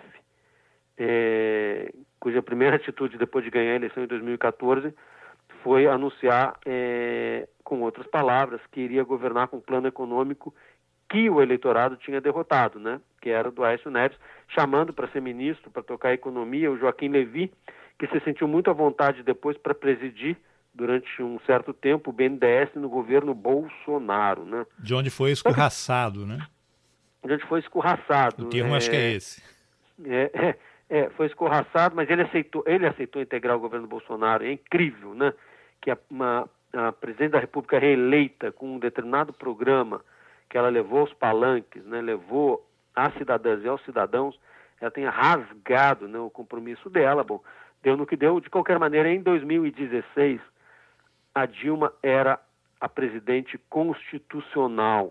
é, cuja primeira atitude depois de ganhar a eleição em dois mil e quatorze foi anunciar, é, com outras palavras, que iria governar com um plano econômico que o eleitorado tinha derrotado, né? Que era do Aécio Neves, chamando para ser ministro, para tocar a economia, o Joaquim Levy, que se sentiu muito à vontade depois para presidir, durante um certo tempo, o B N D E S no governo Bolsonaro, né? De onde foi escorraçado, né? De onde foi escorraçado. O termo é... acho que é esse. É, é, é, foi escorraçado, mas ele aceitou, ele aceitou integrar o governo Bolsonaro. É incrível, né? Que a, uma, a presidente da República reeleita com um determinado programa que ela levou aos palanques, né? Levou às cidadãs e aos cidadãos, ela tenha rasgado, né, o compromisso dela. Bom, deu no que deu. De qualquer maneira, em dois mil e dezesseis, a Dilma era a presidente constitucional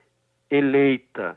eleita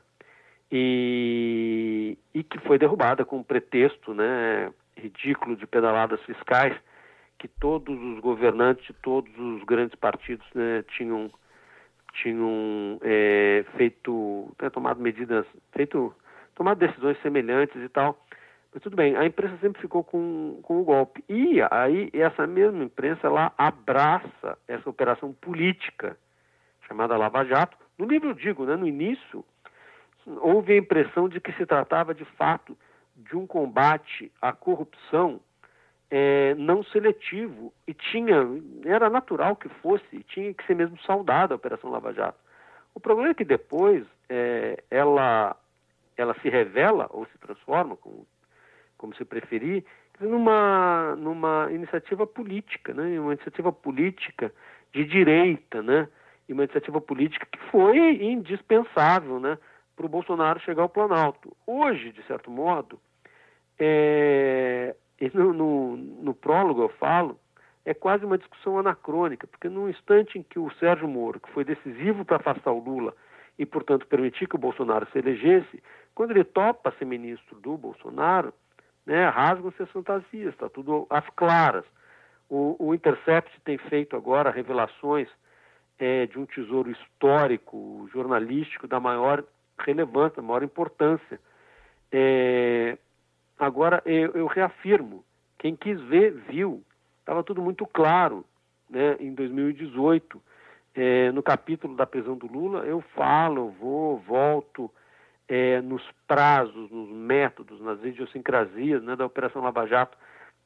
e, e que foi derrubada com um pretexto, né, ridículo de pedaladas fiscais que todos os governantes de todos os grandes partidos, né, tinham, tinham é, feito, né, tomado medidas, feito, tomado decisões semelhantes e tal. Mas tudo bem, a imprensa sempre ficou com, com o golpe. E aí essa mesma imprensa, ela abraça essa operação política chamada Lava Jato. No livro eu digo, né, no início, houve a impressão de que se tratava de fato de um combate à corrupção é, não seletivo. E tinha, era natural que fosse, tinha que ser mesmo saudada a Operação Lava Jato. O problema é que depois é, ela, ela se revela ou se transforma, como, como se preferir, numa, numa iniciativa política, né? Uma iniciativa política de direita, né? E uma iniciativa política que foi indispensável, né, para o Bolsonaro chegar ao Planalto. Hoje, de certo modo, é, no, no, no prólogo eu falo, é quase uma discussão anacrônica, porque no instante em que o Sérgio Moro, que foi decisivo para afastar o Lula e, portanto, permitir que o Bolsonaro se elegesse, quando ele topa ser ministro do Bolsonaro, né, rasgam-se as fantasias, está tudo às claras. O, o Intercept tem feito agora revelações é, de um tesouro histórico, jornalístico, da maior relevância, da maior importância. É, agora, eu, eu reafirmo, quem quis ver, viu. Estava tudo muito claro, né, em dois mil e dezoito. É, no capítulo da prisão do Lula, eu falo, eu vou, volto, é, nos prazos, nos métodos, nas idiosincrasias, né, da Operação Lava Jato.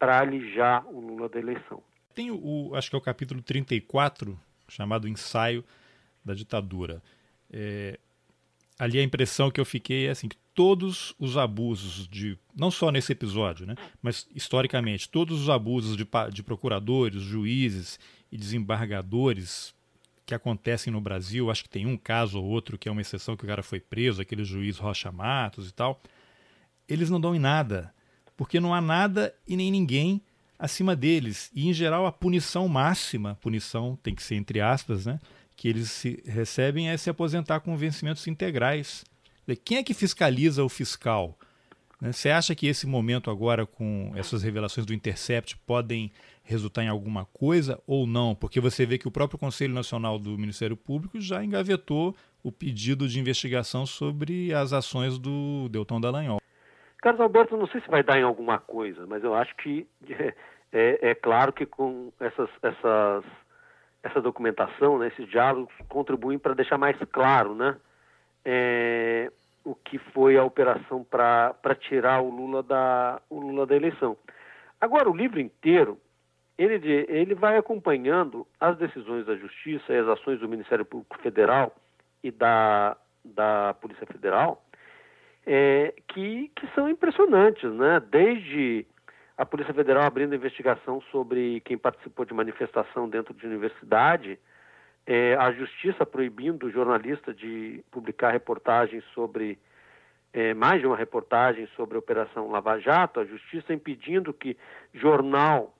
para alijar o Lula da eleição. Tem o, acho que é o capítulo trinta e quatro, chamado Ensaio da Ditadura. É, ali a impressão que eu fiquei é assim, que todos os abusos, de não só nesse episódio, né, mas historicamente, todos os abusos de, de procuradores, juízes e desembargadores que acontecem no Brasil, acho que tem um caso ou outro que é uma exceção, que o cara foi preso, aquele juiz Rocha Matos e tal, eles não dão em nada, porque não há nada e nem ninguém acima deles. E, em geral, a punição máxima, punição tem que ser entre aspas, né, que eles se recebem é se aposentar com vencimentos integrais. Quem é que fiscaliza o fiscal? Você acha que esse momento agora, com essas revelações do Intercept, podem resultar em alguma coisa ou não? Porque você vê que o próprio Conselho Nacional do Ministério Público já engavetou o pedido de investigação sobre as ações do Deltan Dallagnol. Carlos Alberto, não sei se vai dar em alguma coisa, mas eu acho que é, é, é claro que com essas, essas, essa documentação, né, esses diálogos contribuem para deixar mais claro, né, é, o que foi a operação para tirar o Lula, da, o Lula da eleição. Agora, o livro inteiro, ele, ele vai acompanhando as decisões da Justiça e as ações do Ministério Público Federal e da, da Polícia Federal, é, que, que são impressionantes, né? Desde a Polícia Federal abrindo investigação sobre quem participou de manifestação dentro de universidade, é, a Justiça proibindo o jornalista de publicar reportagens sobre, é, mais de uma reportagem sobre a Operação Lava Jato, a Justiça impedindo que jornal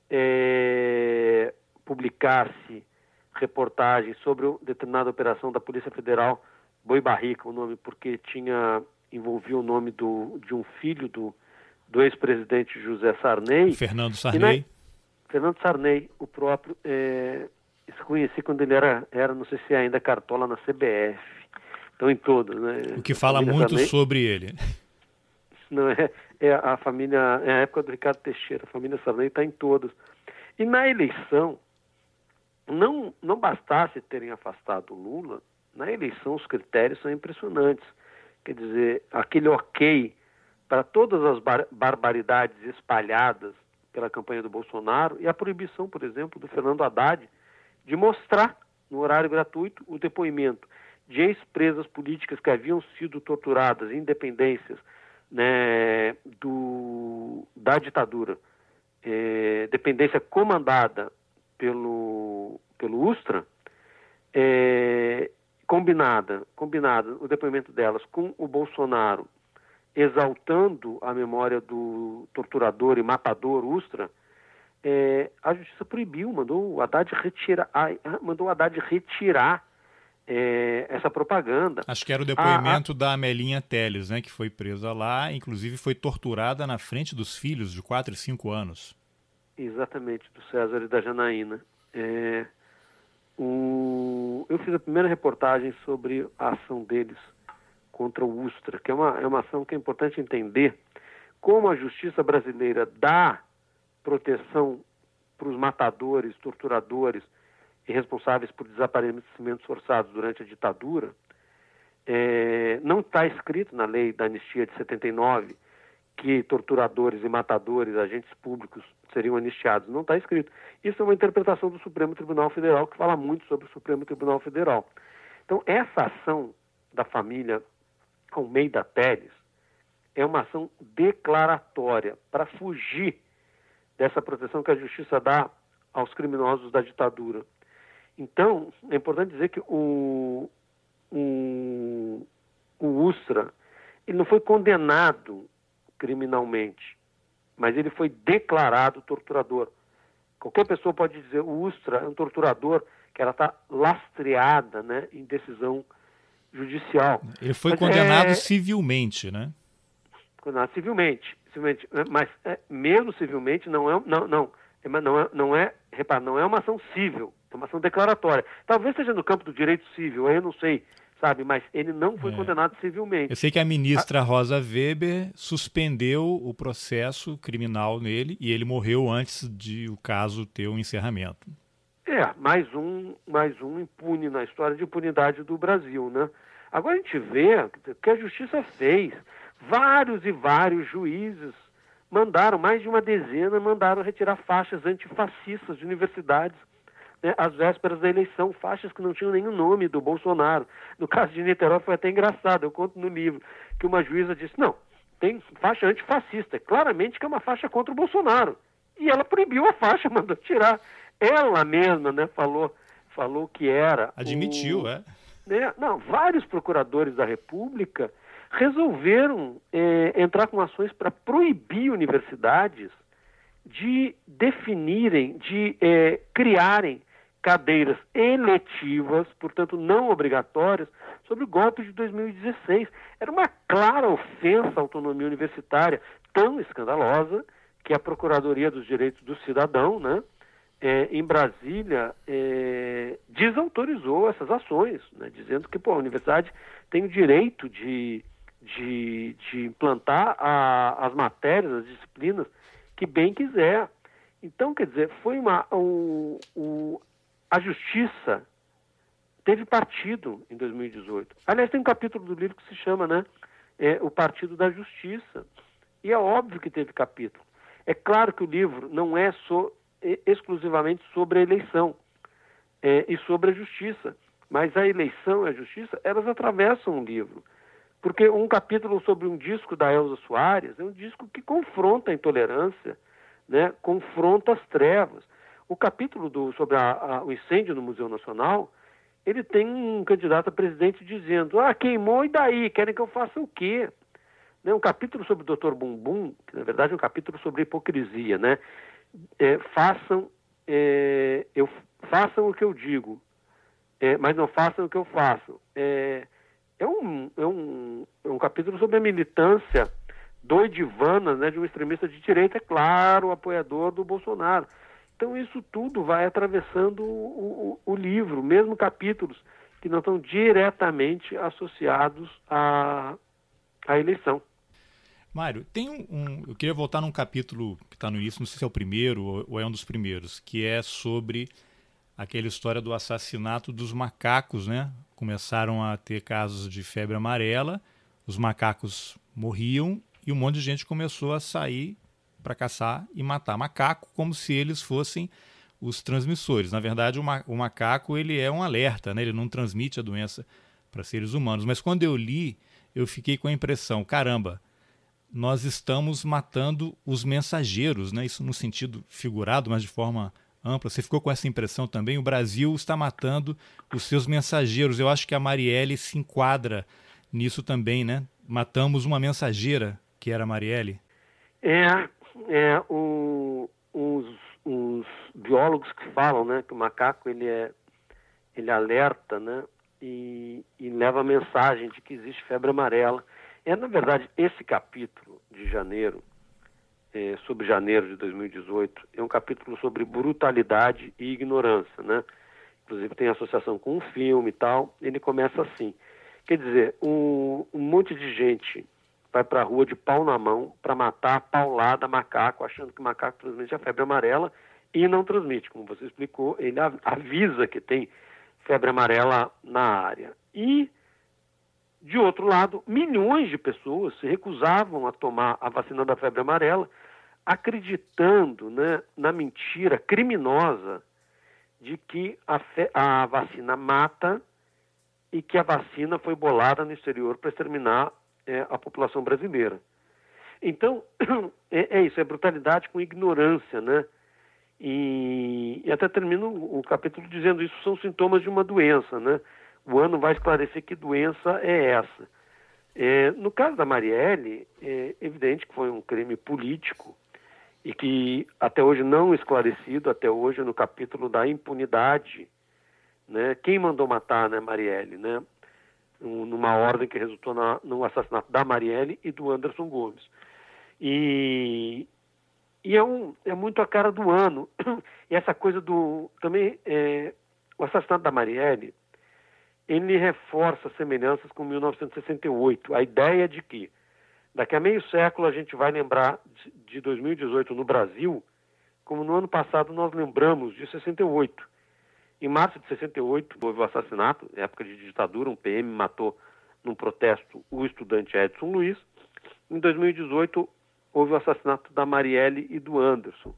é, publicasse reportagens sobre determinada operação da Polícia Federal, Boi Barrica, o nome, porque tinha, envolvia o nome do, de um filho do, do ex-presidente José Sarney. Fernando Sarney. Na, Fernando Sarney, o próprio... É, se conheci quando ele era, era, não sei se é ainda cartola na C B F. Então, em todas, né? O que fala muito Sarney, sobre ele. Não, é, é a família, é a época do Ricardo Teixeira, a família Sarney está em todas. E na eleição, não, não bastasse terem afastado o Lula, na eleição os critérios são impressionantes. Quer dizer, aquele ok para todas as bar barbaridades espalhadas pela campanha do Bolsonaro e a proibição, por exemplo, do Fernando Haddad de mostrar, no horário gratuito, o depoimento de ex-presas políticas que haviam sido torturadas em dependências, né, do, da ditadura, é, dependência comandada pelo, pelo Ustra, é, combinada, combinada o depoimento delas com o Bolsonaro exaltando a memória do torturador e matador Ustra, É, a Justiça proibiu, mandou o Haddad retirar, mandou o Haddad retirar é, essa propaganda. Acho que era o depoimento a, a... da Amelinha Telles, né, que foi presa lá, inclusive foi torturada na frente dos filhos de quatro e cinco anos. Exatamente, do César e da Janaína. É, o... Eu fiz a primeira reportagem sobre a ação deles contra o Ustra, que é uma, é uma ação que é importante entender como a justiça brasileira dá proteção para os matadores, torturadores e responsáveis por desaparecimentos forçados durante a ditadura. É, não está escrito na lei da anistia de setenta e nove que torturadores e matadores, agentes públicos, seriam anistiados. Não está escrito. Isso é uma interpretação do Supremo Tribunal Federal, que fala muito sobre o Supremo Tribunal Federal. Então, essa ação da família Almeida Telles é uma ação declaratória para fugir dessa proteção que a Justiça dá aos criminosos da ditadura. Então, é importante dizer que o, o, o Ustra, ele não foi condenado criminalmente, mas ele foi declarado torturador. Qualquer pessoa pode dizer, o Ustra é um torturador, que ela está lastreada, né, em decisão judicial. Ele foi mas condenado é... civilmente, né? Condenado civilmente. civilmente mas é, mesmo civilmente não é, não, não, é, não é, não é, repara, não é uma ação civil, é uma ação declaratória. Talvez seja no campo do direito civil, aí eu não sei, sabe, mas ele não foi é. condenado civilmente. Eu sei que a ministra a... Rosa Weber suspendeu o processo criminal nele e ele morreu antes de o caso ter um encerramento. É, mais um, mais um impune na história de impunidade do Brasil, né? Agora a gente vê o que a Justiça fez. Vários e vários juízes mandaram, mais de uma dezena, mandaram retirar faixas antifascistas de universidades, né, às vésperas da eleição, faixas que não tinham nenhum nome do Bolsonaro. No caso de Niterói foi até engraçado, eu conto no livro, que uma juíza disse, não, tem faixa antifascista, claramente que é uma faixa contra o Bolsonaro. E ela proibiu a faixa, mandou tirar. Ela mesma, né, falou, falou que era... Admitiu, o, é? Né, não, vários procuradores da República resolveram é, entrar com ações para proibir universidades de definirem, de é, criarem cadeiras eletivas, portanto não obrigatórias, sobre o golpe de dois mil e dezesseis. Era uma clara ofensa à autonomia universitária, tão escandalosa, que a Procuradoria dos Direitos do Cidadão, né, é, em Brasília, é, desautorizou essas ações, né, dizendo que pô, a universidade tem o direito de, de, de implantar a, as matérias, as disciplinas, que bem quiser. Então, quer dizer, foi uma... O, o, a justiça teve partido em dois mil e dezoito. Aliás, tem um capítulo do livro que se chama, né, é, O Partido da Justiça. E é óbvio que teve capítulo. É claro que o livro não é so, é, exclusivamente sobre a eleição é, e sobre a justiça. Mas a eleição e a justiça, elas atravessam o livro. Porque um capítulo sobre um disco da Elza Soares é um disco que confronta a intolerância, né, confronta as trevas. O capítulo do, sobre a, a, o incêndio no Museu Nacional, ele tem um candidato a presidente dizendo, ah, queimou e daí? Querem que eu faça o quê? Né, um capítulo sobre o doutor Bumbum, que na verdade é um capítulo sobre hipocrisia, né? É, façam, é, eu, façam o que eu digo, é, mas não façam o que eu faço. É, é, um, é, um, é um capítulo sobre a militância doidivana, né, de um extremista de direita, é claro, apoiador do Bolsonaro. Então isso tudo vai atravessando o, o, o livro, mesmo capítulos que não estão diretamente associados à, à eleição. Mário, tem um, um... Eu queria voltar num capítulo que está no início, não sei se é o primeiro ou, ou é um dos primeiros, que é sobre aquela história do assassinato dos macacos, né? Começaram a ter casos de febre amarela, os macacos morriam e um monte de gente começou a sair para caçar e matar macaco como se eles fossem os transmissores. Na verdade, o, ma o macaco ele é um alerta, né? Ele não transmite a doença para seres humanos. Mas quando eu li, eu fiquei com a impressão, caramba, nós estamos matando os mensageiros, né? Isso no sentido figurado, mas de forma ampla. Você ficou com essa impressão também? O Brasil está matando os seus mensageiros. Eu acho que a Marielle se enquadra nisso também, né? Matamos uma mensageira, que era a Marielle. É, é o, os, os biólogos que falam, né, que o macaco ele é, ele alerta, né, e, e leva a mensagem de que existe febre amarela. É, na verdade, esse capítulo de janeiro, é, sobre janeiro de dois mil e dezoito, é um capítulo sobre brutalidade e ignorância, né? Inclusive tem associação com um filme e tal. Ele começa assim. Quer dizer, um, um monte de gente vai para a rua de pau na mão para matar paulada macaco, achando que macaco transmite a febre amarela e não transmite. Como você explicou, ele avisa que tem febre amarela na área. E, de outro lado, milhões de pessoas se recusavam a tomar a vacina da febre amarela, acreditando, né, na mentira criminosa de que a, fe- a vacina mata e que a vacina foi bolada no exterior para exterminar é, a população brasileira. Então, é, é isso, é brutalidade com ignorância, né? E, e até termino o capítulo dizendo isso são sintomas de uma doença, né? O ano vai esclarecer que doença é essa. É, no caso da Marielle, é evidente que foi um crime político e que até hoje não esclarecido, até hoje no capítulo da impunidade, né? Quem mandou matar, né, Marielle, né? Um, numa ordem que resultou na, no assassinato da Marielle e do Anderson Gomes. E, e é, um, é muito a cara do ano. E essa coisa do... Também, é, o assassinato da Marielle, ele reforça semelhanças com mil novecentos e sessenta e oito. A ideia de que daqui a meio século a gente vai lembrar de, de dois mil e dezoito no Brasil, como no ano passado nós lembramos de sessenta e oito. Em março de sessenta e oito, houve o assassinato, época de ditadura, um P M matou num protesto o estudante Edson Luiz. Em dois mil e dezoito, houve o assassinato da Marielle e do Anderson.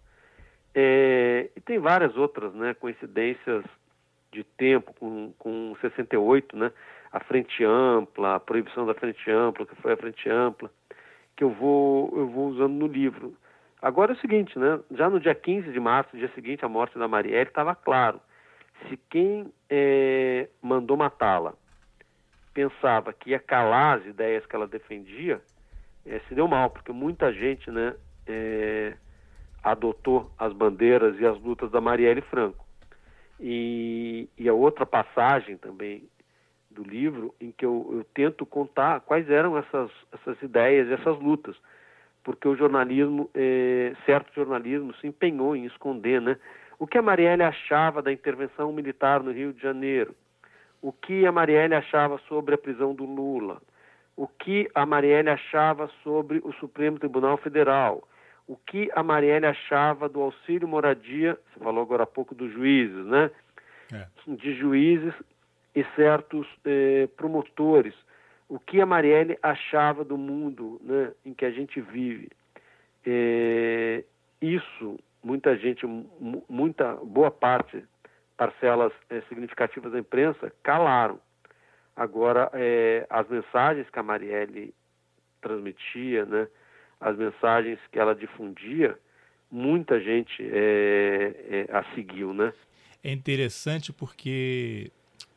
É, e tem várias outras, né, coincidências de tempo, com, com sessenta e oito, né, a Frente Ampla, a proibição da Frente Ampla, que foi a Frente Ampla, que eu vou, eu vou usando no livro. Agora é o seguinte, né, já no dia quinze de março, dia seguinte à morte da Marielle, estava claro, se quem é, mandou matá-la pensava que ia calar as ideias que ela defendia, é, se deu mal, porque muita gente, né, é, adotou as bandeiras e as lutas da Marielle Franco. E, e a outra passagem também do livro, em que eu, eu tento contar quais eram essas, essas ideias e essas lutas, porque o jornalismo, é, certo jornalismo, se empenhou em esconder, né, o que a Marielle achava da intervenção militar no Rio de Janeiro, o que a Marielle achava sobre a prisão do Lula, o que a Marielle achava sobre o Supremo Tribunal Federal, o que a Marielle achava do auxílio moradia, você falou agora há pouco dos juízes, né? É. De juízes e certos eh, promotores, o que a Marielle achava do mundo, né, em que a gente vive. É, isso, muita gente, muita, boa parte, parcelas eh, significativas da imprensa, calaram. Agora, eh, as mensagens que a Marielle transmitia, né, as mensagens que ela difundia, muita gente é, é, a seguiu, né? É interessante porque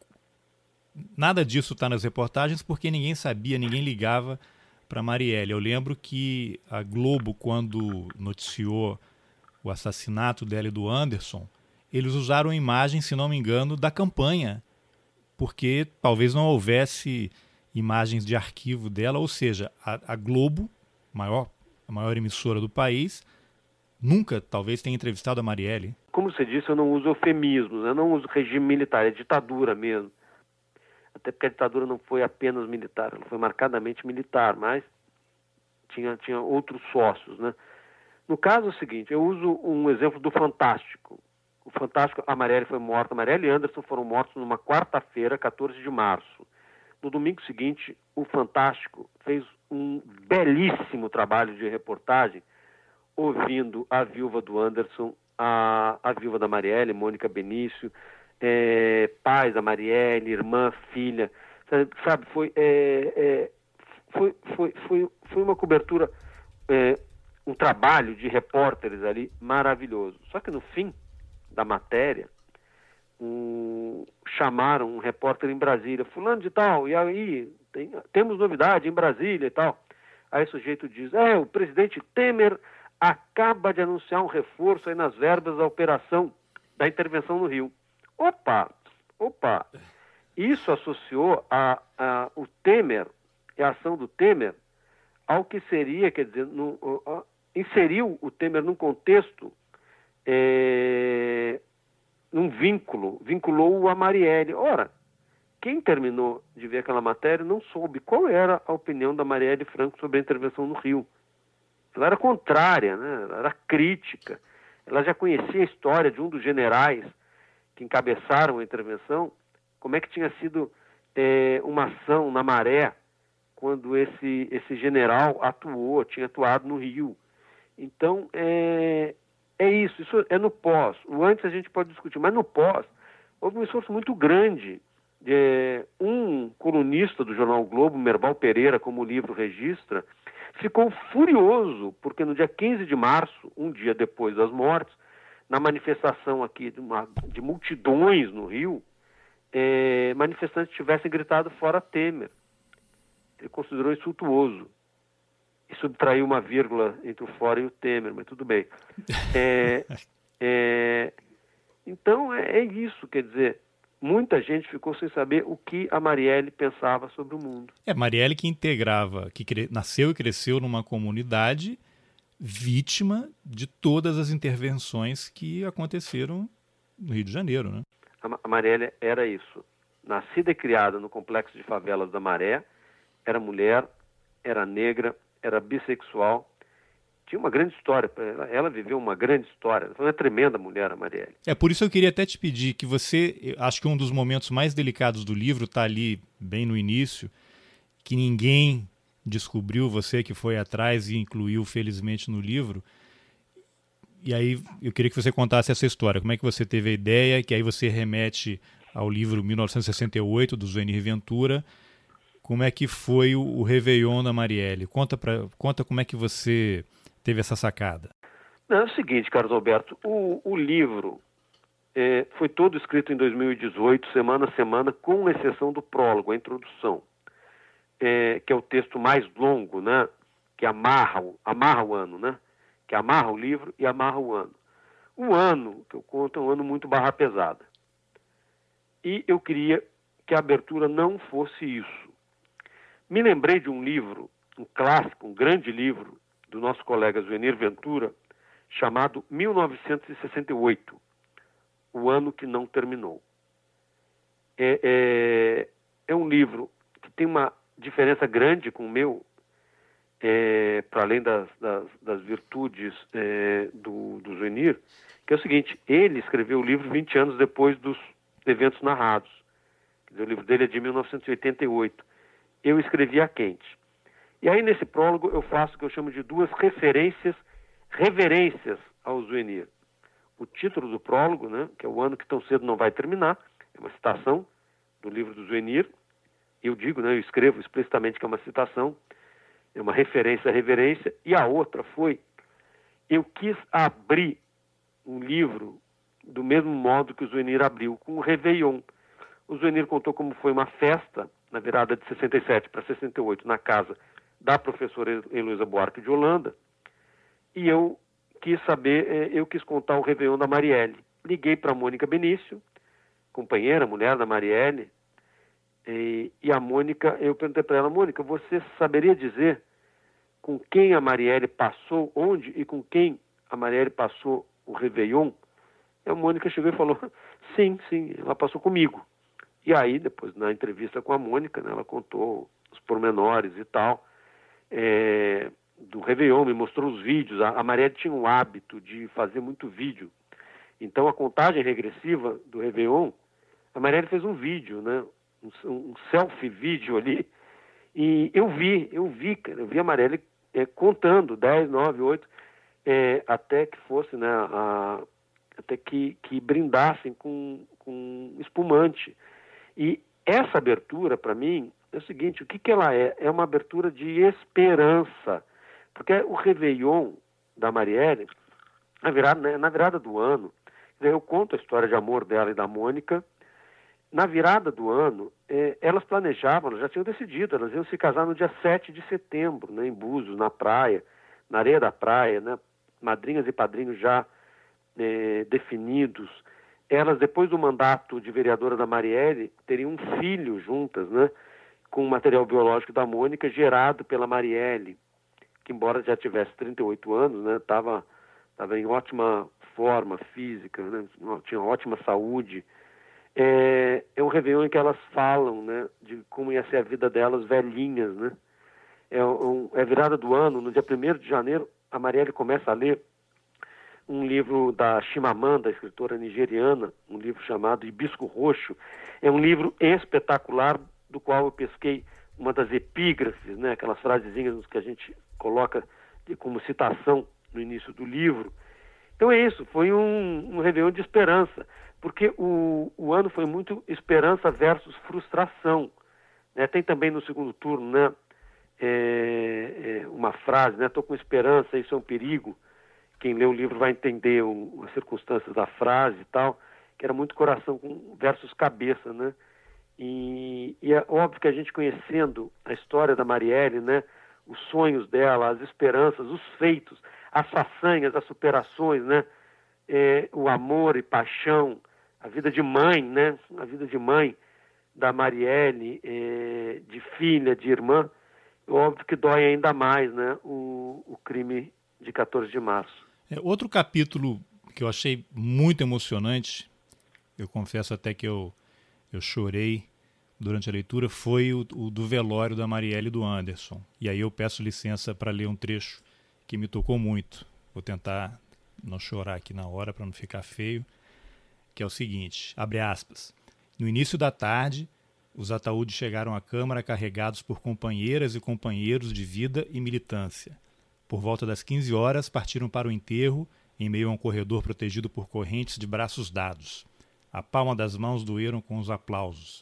nada disso está nas reportagens, porque ninguém sabia, ninguém ligava para Marielle. Eu lembro que a Globo, quando noticiou o assassinato dela e do Anderson, eles usaram imagens, se não me engano, da campanha, porque talvez não houvesse imagens de arquivo dela, ou seja, a, a Globo, maior, a maior emissora do país, nunca, talvez, tenha entrevistado a Marielle. Como você disse, eu não uso eufemismos, eu não uso regime militar, é ditadura mesmo. Até porque a ditadura não foi apenas militar, ela foi marcadamente militar, mas tinha, tinha outros sócios, né? No caso é o seguinte, eu uso um exemplo do Fantástico. O Fantástico, a Marielle foi morta, a Marielle e Anderson foram mortos numa quarta-feira, quatorze de março. No domingo seguinte, o Fantástico fez um belíssimo trabalho de reportagem, ouvindo a viúva do Anderson, a, a viúva da Marielle, Mônica Benício, é, pais da Marielle, irmã, filha, sabe, foi, é, é, foi, foi, foi, foi uma cobertura, é, um trabalho de repórteres ali maravilhoso. Só que no fim da matéria, um, chamaram um repórter em Brasília, fulano de tal, e aí, tem, temos novidade em Brasília e tal. Aí o sujeito diz, é, o presidente Temer acaba de anunciar um reforço aí nas verbas da operação da intervenção no Rio. Opa, opa, isso associou a, a, o Temer, a ação do Temer, ao que seria, quer dizer, no, uh, inseriu o Temer num contexto, é, num vínculo, vinculou-o a Marielle. Ora, quem terminou de ver aquela matéria não soube qual era a opinião da Marielle Franco sobre a intervenção no Rio. Ela era contrária, né? Ela era crítica. Ela já conhecia a história de um dos generais que encabeçaram a intervenção, como é que tinha sido é, uma ação na Maré, quando esse, esse general atuou, tinha atuado no Rio. Então, é, é isso, isso é no pós. O antes a gente pode discutir, mas no pós houve um esforço muito grande. É, um colunista do jornal Globo, Merbal Pereira, como o livro registra, ficou furioso, porque no dia quinze de março, um dia depois das mortes, na manifestação aqui de, uma, de multidões no Rio, é, manifestantes tivessem gritado fora Temer. Ele considerou insultuoso e subtraiu uma vírgula entre o fora e o Temer, mas tudo bem. É, é, então é, é isso, quer dizer, muita gente ficou sem saber o que a Marielle pensava sobre o mundo. É, Marielle que integrava, que cre... nasceu e cresceu numa comunidade vítima de todas as intervenções que aconteceram no Rio de Janeiro, né? A Marielle era isso. Nascida e criada no complexo de favelas da Maré, era mulher, era negra, era bissexual, tinha uma grande história, ela, ela viveu uma grande história, foi uma tremenda mulher, a Marielle. É, por isso eu queria até te pedir que você, acho que um dos momentos mais delicados do livro está ali bem no início, que ninguém descobriu, você que foi atrás e incluiu felizmente no livro. E aí eu queria que você contasse essa história. Como é que você teve a ideia, que aí você remete ao livro mil novecentos e sessenta e oito, do Zuenir Ventura. Como é que foi o, o Réveillon da Marielle? Conta, pra, conta como é que você teve essa sacada. É o seguinte, Carlos Alberto, o, o livro é, foi todo escrito em dois mil e dezoito, semana a semana, com exceção do prólogo, a introdução, é, que é o texto mais longo, né, que amarra, amarra o ano, né? que amarra o livro e amarra o ano. O ano que eu conto é um ano muito barra pesada. E eu queria que a abertura não fosse isso. Me lembrei de um livro, um clássico, um grande livro, do nosso colega Zuenir Ventura, chamado mil novecentos e sessenta e oito, O Ano que Não Terminou. É, é, é um livro que tem uma diferença grande com o meu, É, para além das, das, das virtudes é, do, do Zuenir, que é o seguinte, ele escreveu o livro vinte anos depois dos eventos narrados. Quer dizer, o livro dele é de mil novecentos e oitenta e oito. Eu escrevi a quente. E aí, nesse prólogo, eu faço o que eu chamo de duas referências, reverências ao Zuenir. O título do prólogo, né, que é O Ano que Tão Cedo Não Vai Terminar, é uma citação do livro do Zuenir. Eu digo, né, eu escrevo explicitamente que é uma citação, é uma referência à reverência, e a outra foi, eu quis abrir um livro do mesmo modo que o Zuenir abriu, com o Réveillon. O Zuenir contou como foi uma festa, na virada de sessenta e sete para sessenta e oito, na casa da professora Heloísa Buarque de Holanda, e eu quis saber, eu quis contar o Réveillon da Marielle. Liguei para a Mônica Benício, companheira, mulher da Marielle, E, e a Mônica, eu perguntei para ela, Mônica, você saberia dizer com quem a Marielle passou, onde e com quem a Marielle passou o Réveillon? E a Mônica chegou e falou, sim, sim, ela passou comigo. E aí, depois, na entrevista com a Mônica, né, ela contou os pormenores e tal, é, do Réveillon, me mostrou os vídeos. A, a Marielle tinha um hábito de fazer muito vídeo. Então, a contagem regressiva do Réveillon, a Marielle fez um vídeo, né? Um, um selfie vídeo ali, e eu vi, eu vi, cara, eu vi a Marielle é, contando dez, nove, oito, é, até que fosse, né, a, até que, que brindassem com, com espumante. E essa abertura, para mim, é o seguinte, o que, que ela é? É uma abertura de esperança, porque o Réveillon da Marielle, na virada, né, na virada do ano, eu conto a história de amor dela e da Mônica. Na virada do ano, eh, elas planejavam, elas já tinham decidido, elas iam se casar no dia sete de setembro, né, em Búzios, na praia, na areia da praia, né, madrinhas e padrinhos já eh, definidos. Elas, depois do mandato de vereadora da Marielle, teriam um filho juntas, né, com o material biológico da Mônica, gerado pela Marielle, que embora já tivesse trinta e oito anos, né, estava tava em ótima forma física, né, tinha ótima saúde. É, é um Réveillon em que elas falam, né, de como ia ser a vida delas velhinhas, né? É, um, é virada do ano, no dia primeiro de janeiro, a Marielle começa a ler um livro da Chimamanda, escritora nigeriana, um livro chamado Hibisco Roxo. É um livro espetacular, do qual eu pesquei uma das epígrafes, né, aquelas frasezinhas que a gente coloca de, como citação no início do livro. Então é isso, foi um, um Réveillon de esperança, porque o, o ano foi muito esperança versus frustração. Né? Tem também no segundo turno, né, é, é uma frase, né, estou com esperança, isso é um perigo. Quem lê o livro vai entender o, as circunstâncias da frase e tal, que era muito coração versus cabeça, né? E, e é óbvio que a gente conhecendo a história da Marielle, né, os sonhos dela, as esperanças, os feitos, as façanhas, as superações, né, é, o amor e paixão, a vida de mãe, né, a vida de mãe da Marielle, é, de filha, de irmã, óbvio que dói ainda mais, né, o, o crime de quatorze de março. É, outro capítulo que eu achei muito emocionante, eu confesso até que eu, eu chorei durante a leitura, foi o, o do velório da Marielle e do Anderson. E aí eu peço licença para ler um trecho que me tocou muito. Vou tentar não chorar aqui na hora para não ficar feio, que é o seguinte, abre aspas. No início da tarde, Os ataúdes chegaram à Câmara carregados por companheiras e companheiros de vida e militância. Por volta das quinze horas, partiram para o enterro, em meio a um corredor protegido por correntes de braços dados. A palma das mãos doeram com os aplausos.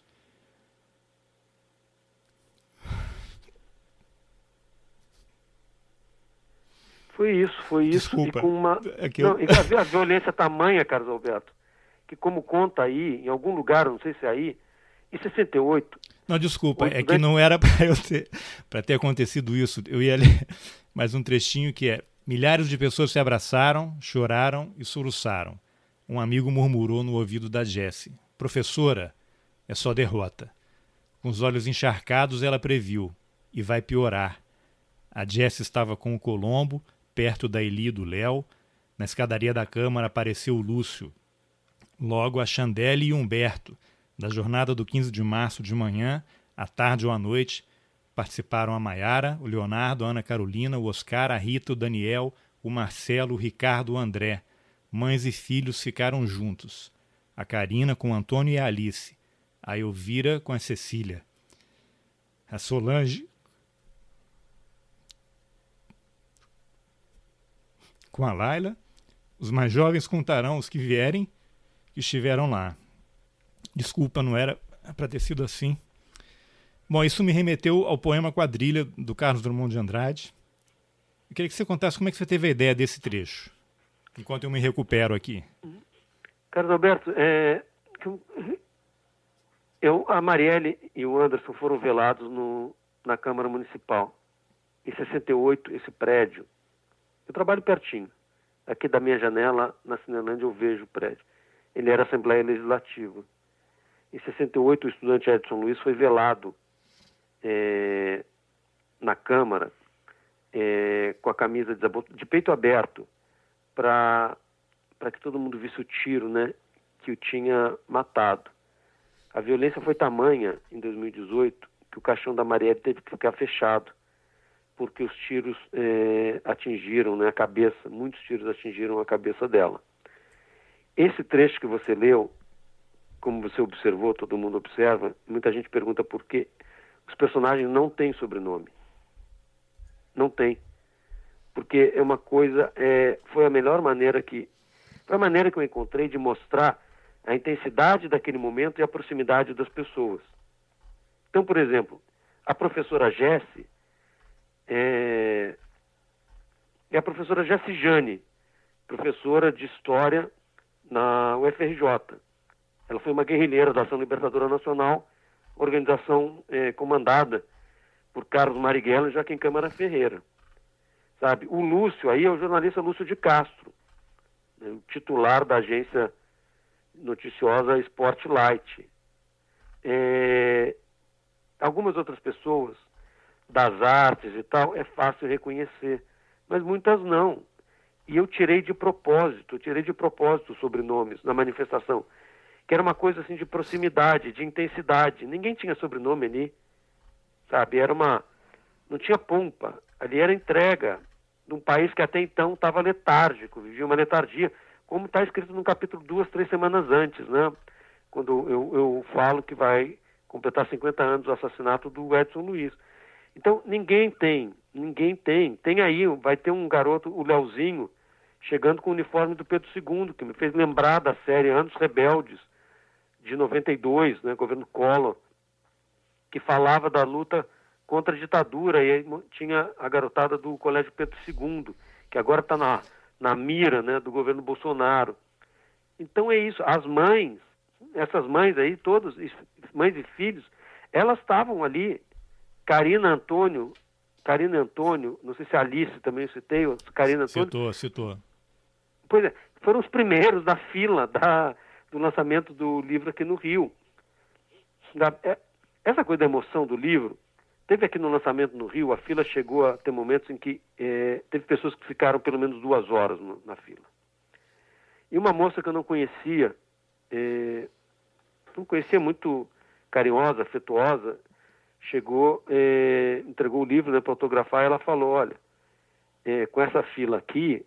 Foi isso, foi isso. Desculpa. E com uma... É que não, eu... e a violência tamanha, Carlos Alberto, que como conta aí, em algum lugar, não sei se é aí, em sessenta e oito... Não, desculpa, o é estudante... que não era para eu ter, para ter acontecido isso. Eu ia ler mais um trechinho que é: milhares de pessoas se abraçaram, choraram e soluçaram. Um amigo murmurou no ouvido da Jessie: professora, é só derrota. Com os olhos encharcados, ela previu: e vai piorar. A Jessie estava com o Colombo, perto da Eli e do Léo. Na escadaria da Câmara apareceu o Lúcio. Logo a Chandelle e Humberto. Da jornada do quinze de março de manhã, à tarde ou à noite, participaram a Maiara, o Leonardo, a Ana Carolina, o Oscar, a Rita, o Daniel, o Marcelo, o Ricardo, o André. Mães e filhos ficaram juntos. A Karina com o Antônio e a Alice. A Elvira com a Cecília. A Solange com a Laila. Os mais jovens contarão os que vierem, que estiveram lá. Desculpa, não era para ter sido assim. Bom, isso me remeteu ao poema Quadrilha, do Carlos Drummond de Andrade. Eu queria que você contasse como é que você teve a ideia desse trecho, enquanto eu me recupero aqui. Carlos Alberto, é, eu, a Marielle e o Anderson foram velados no, na Câmara Municipal. Em sessenta e oito, esse prédio, eu trabalho pertinho. Aqui da minha janela, na Cinelândia, eu vejo o prédio. Ele era Assembleia Legislativa. Em sessenta e oito, o estudante Edson Luiz foi velado é, na Câmara é, com a camisa de, de peito aberto para para que todo mundo visse o tiro, né, que o tinha matado. A violência foi tamanha, em dois mil e dezoito, que o caixão da Marielle teve que ficar fechado, porque os tiros é, atingiram, né, a cabeça, muitos tiros atingiram a cabeça dela. Esse trecho que você leu, como você observou, todo mundo observa, muita gente pergunta por quê. Os personagens não têm sobrenome. Não tem. Porque é uma coisa, é, foi a melhor maneira que, foi a maneira que eu encontrei de mostrar a intensidade daquele momento e a proximidade das pessoas. Então, por exemplo, a professora Jessie é, é a professora Jessie Jane, professora de História na U F R J. Ela foi uma guerrilheira da Ação Libertadora Nacional, organização eh, comandada por Carlos Marighella e Joaquim Câmara Ferreira. Sabe? O Lúcio, aí é o jornalista Lúcio de Castro, né, o titular da agência noticiosa Spotlight. É, algumas outras pessoas das artes e tal, é fácil reconhecer, mas muitas não. E eu tirei de propósito, tirei de propósito os sobrenomes na manifestação, que era uma coisa assim de proximidade, de intensidade. Ninguém tinha sobrenome ali, sabe? Era uma... Não tinha pompa. Ali era entrega de um país que até então estava letárgico, vivia uma letargia, como está escrito no capítulo duas, três semanas antes, né? Quando eu, eu falo que vai completar cinquenta anos o assassinato do Edson Luiz. Então, ninguém tem, ninguém tem. Tem aí, vai ter um garoto, o Leozinho, chegando com o uniforme do Pedro segundo, que me fez lembrar da série Anos Rebeldes, de noventa e dois, né, governo Collor, que falava da luta contra a ditadura, e aí tinha a garotada do Colégio Pedro segundo, que agora está na, na mira, né, do governo Bolsonaro. Então é isso, as mães, essas mães aí, todas, mães e filhos, elas estavam ali. Karina Antônio, Karina Antônio, não sei se a Alice também eu citei, Karina Antônio. Citou, citou. Pois é, foram os primeiros da fila da, do lançamento do livro aqui no Rio. Da, é, essa coisa da emoção do livro, teve aqui no lançamento no Rio, a fila chegou a ter momentos em que é, teve pessoas que ficaram pelo menos duas horas no, na fila. E uma moça que eu não conhecia, é, não conhecia, muito carinhosa, afetuosa, chegou, é, entregou o livro, né, para autografar, e ela falou, olha, é, com essa fila aqui,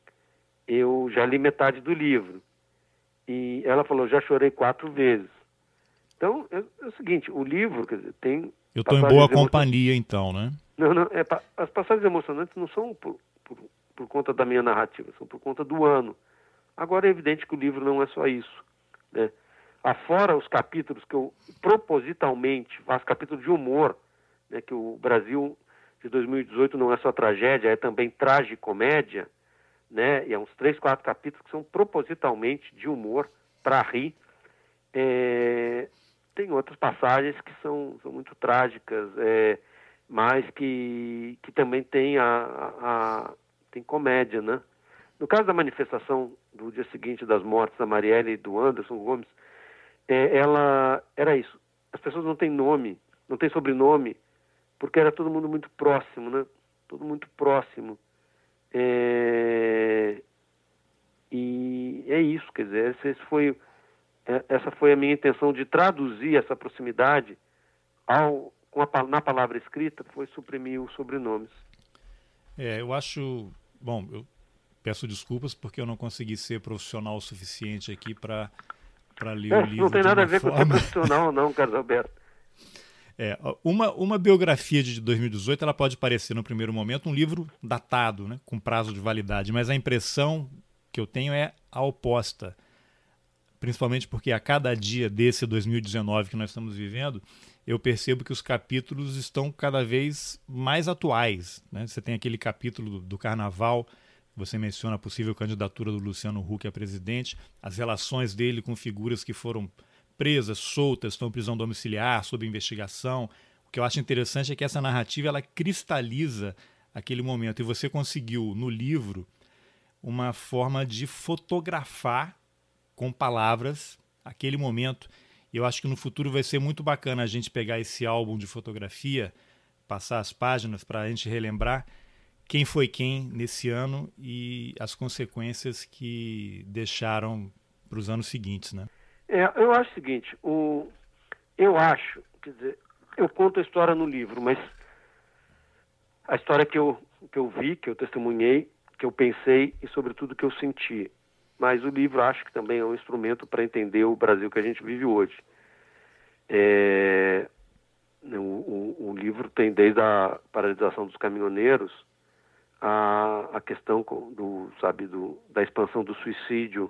eu já li metade do livro. E ela falou, já chorei quatro vezes. Então, é, é o seguinte, o livro, quer dizer, tem... Eu estou em boa companhia, então, né? Não, não, é, as passagens emocionantes não são por, por, por conta da minha narrativa, são por conta do ano. Agora é evidente que o livro não é só isso, né? Afora os capítulos que eu propositalmente faço, capítulos de humor, né, que o Brasil de dois mil e dezoito não é só tragédia, é também tragicomédia, né? E há uns três, quatro capítulos que são propositalmente de humor para rir. É, tem outras passagens que são, são muito trágicas, é, mas que, que também tem, a, a, tem comédia, né? No caso da manifestação do dia seguinte das mortes da Marielle e do Anderson Gomes, é, ela era isso. As pessoas não têm nome, não têm sobrenome, porque era todo mundo muito próximo, né? Todo muito próximo. É, e é isso, quer dizer, esse foi, essa foi a minha intenção de traduzir essa proximidade ao, com a, na palavra escrita, foi suprimir os sobrenomes. É, eu acho... Bom, eu peço desculpas porque eu não consegui ser profissional o suficiente aqui para para ler É, o livro. Não tem nada a ver forma... com ser profissional, não, Carlos Alberto. É, uma, uma biografia de dois mil e dezoito ela pode parecer, no primeiro momento, um livro datado, né, com prazo de validade, mas a impressão que eu tenho é a oposta. Principalmente porque a cada dia desse dois mil e dezenove que nós estamos vivendo, eu percebo que os capítulos estão cada vez mais atuais, né? Você tem aquele capítulo do, do Carnaval, você menciona a possível candidatura do Luciano Huck a presidente, as relações dele com figuras que foram presas, soltas, estão em prisão domiciliar, sob investigação. O que eu acho interessante é que essa narrativa ela cristaliza aquele momento. E você conseguiu, no livro, uma forma de fotografar com palavras aquele momento. E eu acho que no futuro vai ser muito bacana a gente pegar esse álbum de fotografia, passar as páginas para a gente relembrar quem foi quem nesse ano e as consequências que deixaram para os anos seguintes, né? É, eu acho o seguinte, o, eu acho, quer dizer, eu conto a história no livro, mas a história que eu, que eu vi, que eu testemunhei, que eu pensei e, sobretudo, que eu senti. Mas o livro acho que também é um instrumento para entender o Brasil que a gente vive hoje. É, o, o, o livro tem desde a paralisação dos caminhoneiros a, a questão do, sabe, do, da expansão do suicídio,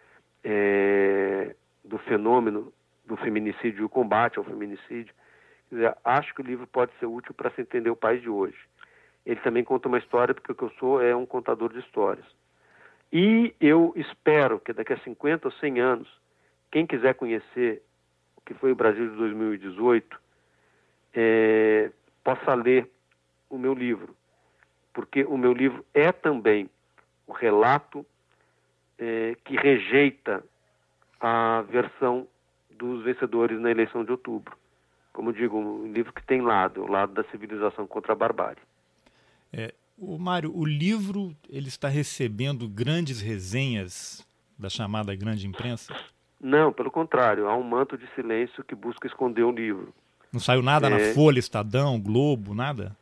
é, do fenômeno do feminicídio e o combate ao feminicídio. Quer dizer, acho que o livro pode ser útil para se entender o país de hoje. Ele também conta uma história, porque o que eu sou é um contador de histórias. E eu espero que daqui a cinquenta ou cem anos, quem quiser conhecer o que foi o Brasil de dois mil e dezoito, é, possa ler o meu livro. Porque o meu livro é também o relato é, que rejeita a versão dos vencedores na eleição de outubro. Como digo, um livro que tem lado, o lado da civilização contra a barbárie. É, o Mário, o livro ele está recebendo grandes resenhas da chamada grande imprensa? Não, pelo contrário, há um manto de silêncio que busca esconder o livro. Não saiu nada é... na Folha, Estadão, Globo, nada?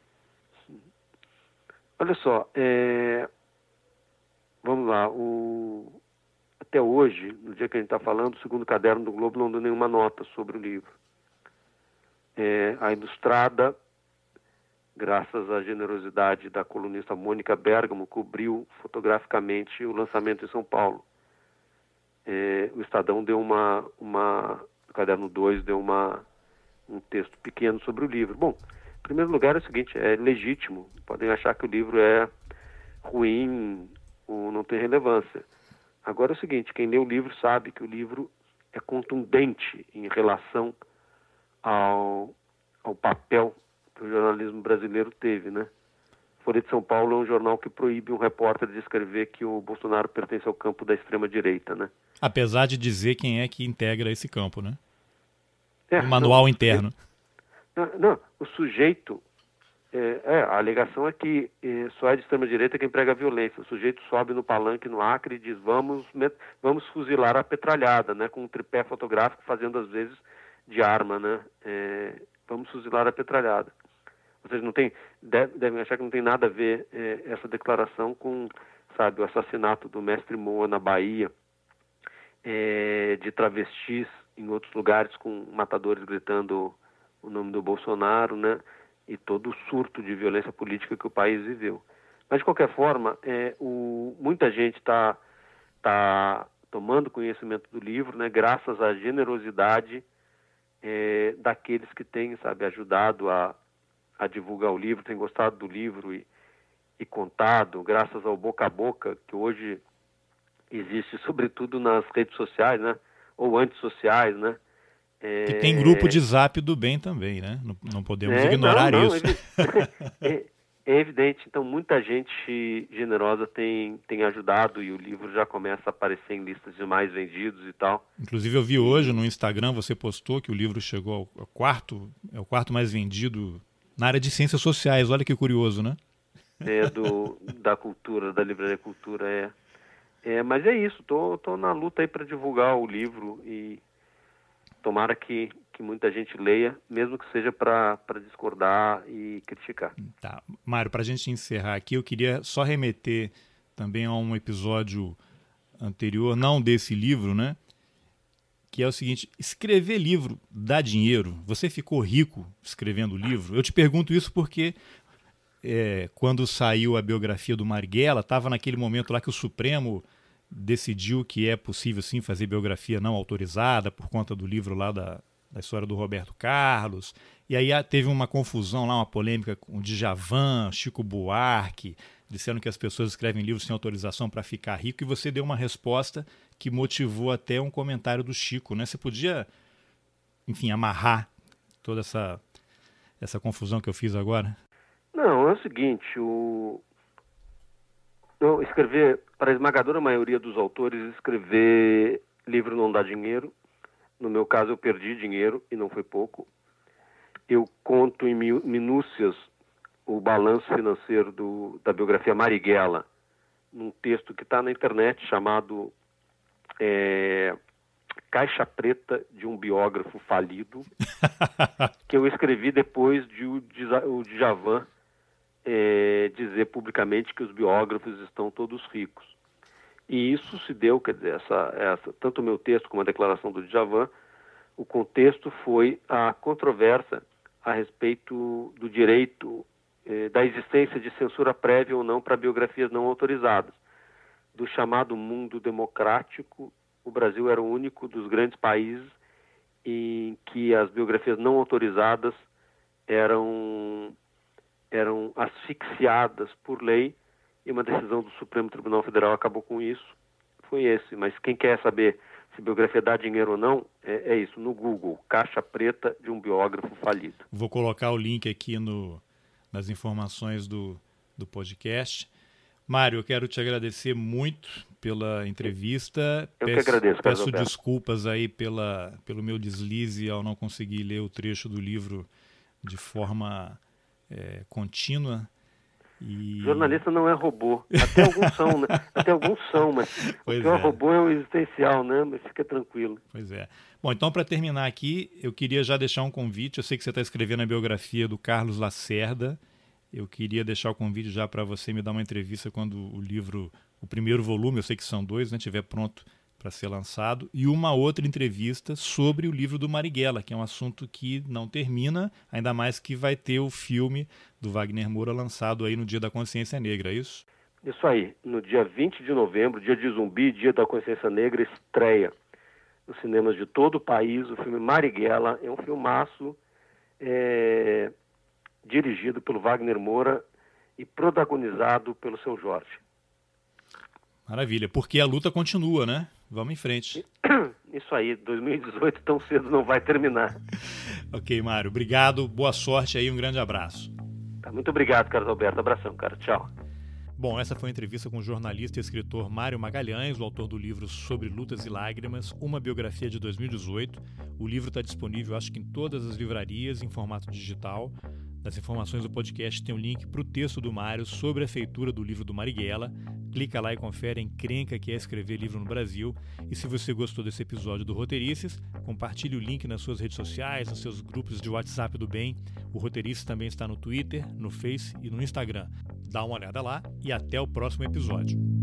Olha só, é... vamos lá, o... até hoje, no dia que a gente está falando, o segundo caderno do Globo não deu nenhuma nota sobre o livro. É... A Ilustrada, graças à generosidade da colunista Mônica Bergamo, cobriu fotograficamente o lançamento em São Paulo. É, o Estadão deu uma, uma, o caderno dois deu uma, um texto pequeno sobre o livro. Bom, em primeiro lugar é o seguinte, é legítimo, podem achar que o livro é ruim ou não tem relevância. Agora é o seguinte, quem lê o livro sabe que o livro é contundente em relação ao, ao papel que o jornalismo brasileiro teve, né? Folha de São Paulo é um jornal que proíbe um repórter de escrever que o Bolsonaro pertence ao campo da extrema-direita, né? Apesar de dizer quem é que integra esse campo, né? É, o manual não, interno. Não, não, o sujeito... É, é, a alegação é que é, só é de extrema-direita quem prega a violência. O sujeito sobe no palanque no Acre e diz vamos, vamos fuzilar a petralhada, né? Com um tripé fotográfico fazendo às vezes de arma, né? É, vamos fuzilar a petralhada. Ou seja, não tem, devem achar que não tem nada a ver é, essa declaração com, sabe, o assassinato do mestre Moa na Bahia, é, de travestis em outros lugares com matadores gritando o nome do Bolsonaro, né? E todo o surto de violência política que o país viveu. Mas, de qualquer forma, é, o, muita gente está tá tomando conhecimento do livro, né? Graças à generosidade é, daqueles que têm, sabe, ajudado a, a divulgar o livro, têm gostado do livro e, e contado, graças ao boca a boca, que hoje existe, sobretudo nas redes sociais, né? Ou antissociais, né? É... Que tem grupo de Zap do bem também, né? Não, não podemos é, ignorar não, não, isso. É, é evidente. Então, muita gente generosa tem, tem ajudado e o livro já começa a aparecer em listas de mais vendidos e tal. Inclusive, eu vi hoje no Instagram, você postou que o livro chegou ao quarto, é o quarto mais vendido na área de ciências sociais. Olha que curioso, né? É, do, da cultura, da livraria Cultura, é. É, mas é isso, tô, tô na luta aí para divulgar o livro e tomara que, que muita gente leia, mesmo que seja para discordar e criticar. Tá. Mário, para a gente encerrar aqui, eu queria só remeter também a um episódio anterior, não desse livro, né? Que é o seguinte, escrever livro dá dinheiro? Você ficou rico escrevendo livro? Eu te pergunto isso porque é, quando saiu a biografia do Marighella, estava naquele momento lá que o Supremo decidiu que é possível sim fazer biografia não autorizada por conta do livro lá da, da história do Roberto Carlos, e aí teve uma confusão lá, uma polêmica com o Djavan, Chico Buarque, dizendo que as pessoas escrevem livros sem autorização para ficar rico, e você deu uma resposta que motivou até um comentário do Chico, né? Você podia, enfim, amarrar toda essa, essa confusão que eu fiz agora? Não, é o seguinte, o... Não, escrever, para a esmagadora maioria dos autores, escrever livro não dá dinheiro. No meu caso, eu perdi dinheiro, e não foi pouco. Eu conto em minúcias o balanço financeiro do, da biografia Marighella, num texto que está na internet, chamado é, Caixa Preta de um Biógrafo Falido, que eu escrevi depois de o, o Djavan É, dizer publicamente que os biógrafos estão todos ricos. E isso se deu, quer dizer, essa, essa, tanto o meu texto como a declaração do Djavan, o contexto foi a controvérsia a respeito do direito, eh, da existência de censura prévia ou não para biografias não autorizadas. Do chamado mundo democrático, o Brasil era o único dos grandes países em que as biografias não autorizadas eram... eram asfixiadas por lei, e uma decisão do Supremo Tribunal Federal acabou com isso. Foi esse. Mas quem quer saber se biografia dá dinheiro ou não, é, é isso, no Google, Caixa Preta de um Biógrafo Falido. Vou colocar o link aqui no, nas informações do, do podcast. Mário, eu quero te agradecer muito pela entrevista. Eu peço, que agradeço, Peço Alberto. desculpas aí pela, pelo meu deslize ao não conseguir ler o trecho do livro de forma... É, contínua. E... Jornalista não é robô. Até alguns são, né? Até alguns são, mas pois o que é é. o robô é o existencial, né? Mas fica tranquilo. Pois é. Bom, então para terminar aqui, eu queria já deixar um convite. Eu sei que você está escrevendo a biografia do Carlos Lacerda. Eu queria deixar o convite já para você me dar uma entrevista quando o livro, o primeiro volume, eu sei que são dois, né, estiver pronto para ser lançado, e uma outra entrevista sobre o livro do Marighella, que é um assunto que não termina, ainda mais que vai ter o filme do Wagner Moura lançado aí no Dia da Consciência Negra, é isso? Isso aí, no dia vinte de novembro, dia de Zumbi, Dia da Consciência Negra, estreia nos cinemas de todo o país o filme Marighella. É um filmaço é, dirigido pelo Wagner Moura e protagonizado pelo Seu Jorge. Maravilha, porque a luta continua, né? Vamos em frente. Isso aí, dois mil e dezoito tão cedo não vai terminar. Ok, Mário, obrigado, boa sorte aí, um grande abraço. Tá, muito obrigado, Carlos Alberto, abração, cara, tchau. Bom, essa foi a entrevista com o jornalista e escritor Mário Magalhães, o autor do livro Sobre Lutas e Lágrimas, uma biografia de dois mil e dezoito. O livro está disponível, acho que em todas as livrarias, em formato digital. Nas informações do podcast tem um link para o texto do Mário sobre a feitura do livro do Marighella. Clica lá e confere a encrenca que é escrever livro no Brasil. E se você gostou desse episódio do Roteirices, compartilhe o link nas suas redes sociais, nos seus grupos de WhatsApp do bem. O Roteirices também está no Twitter, no Face e no Instagram. Dá uma olhada lá e até o próximo episódio.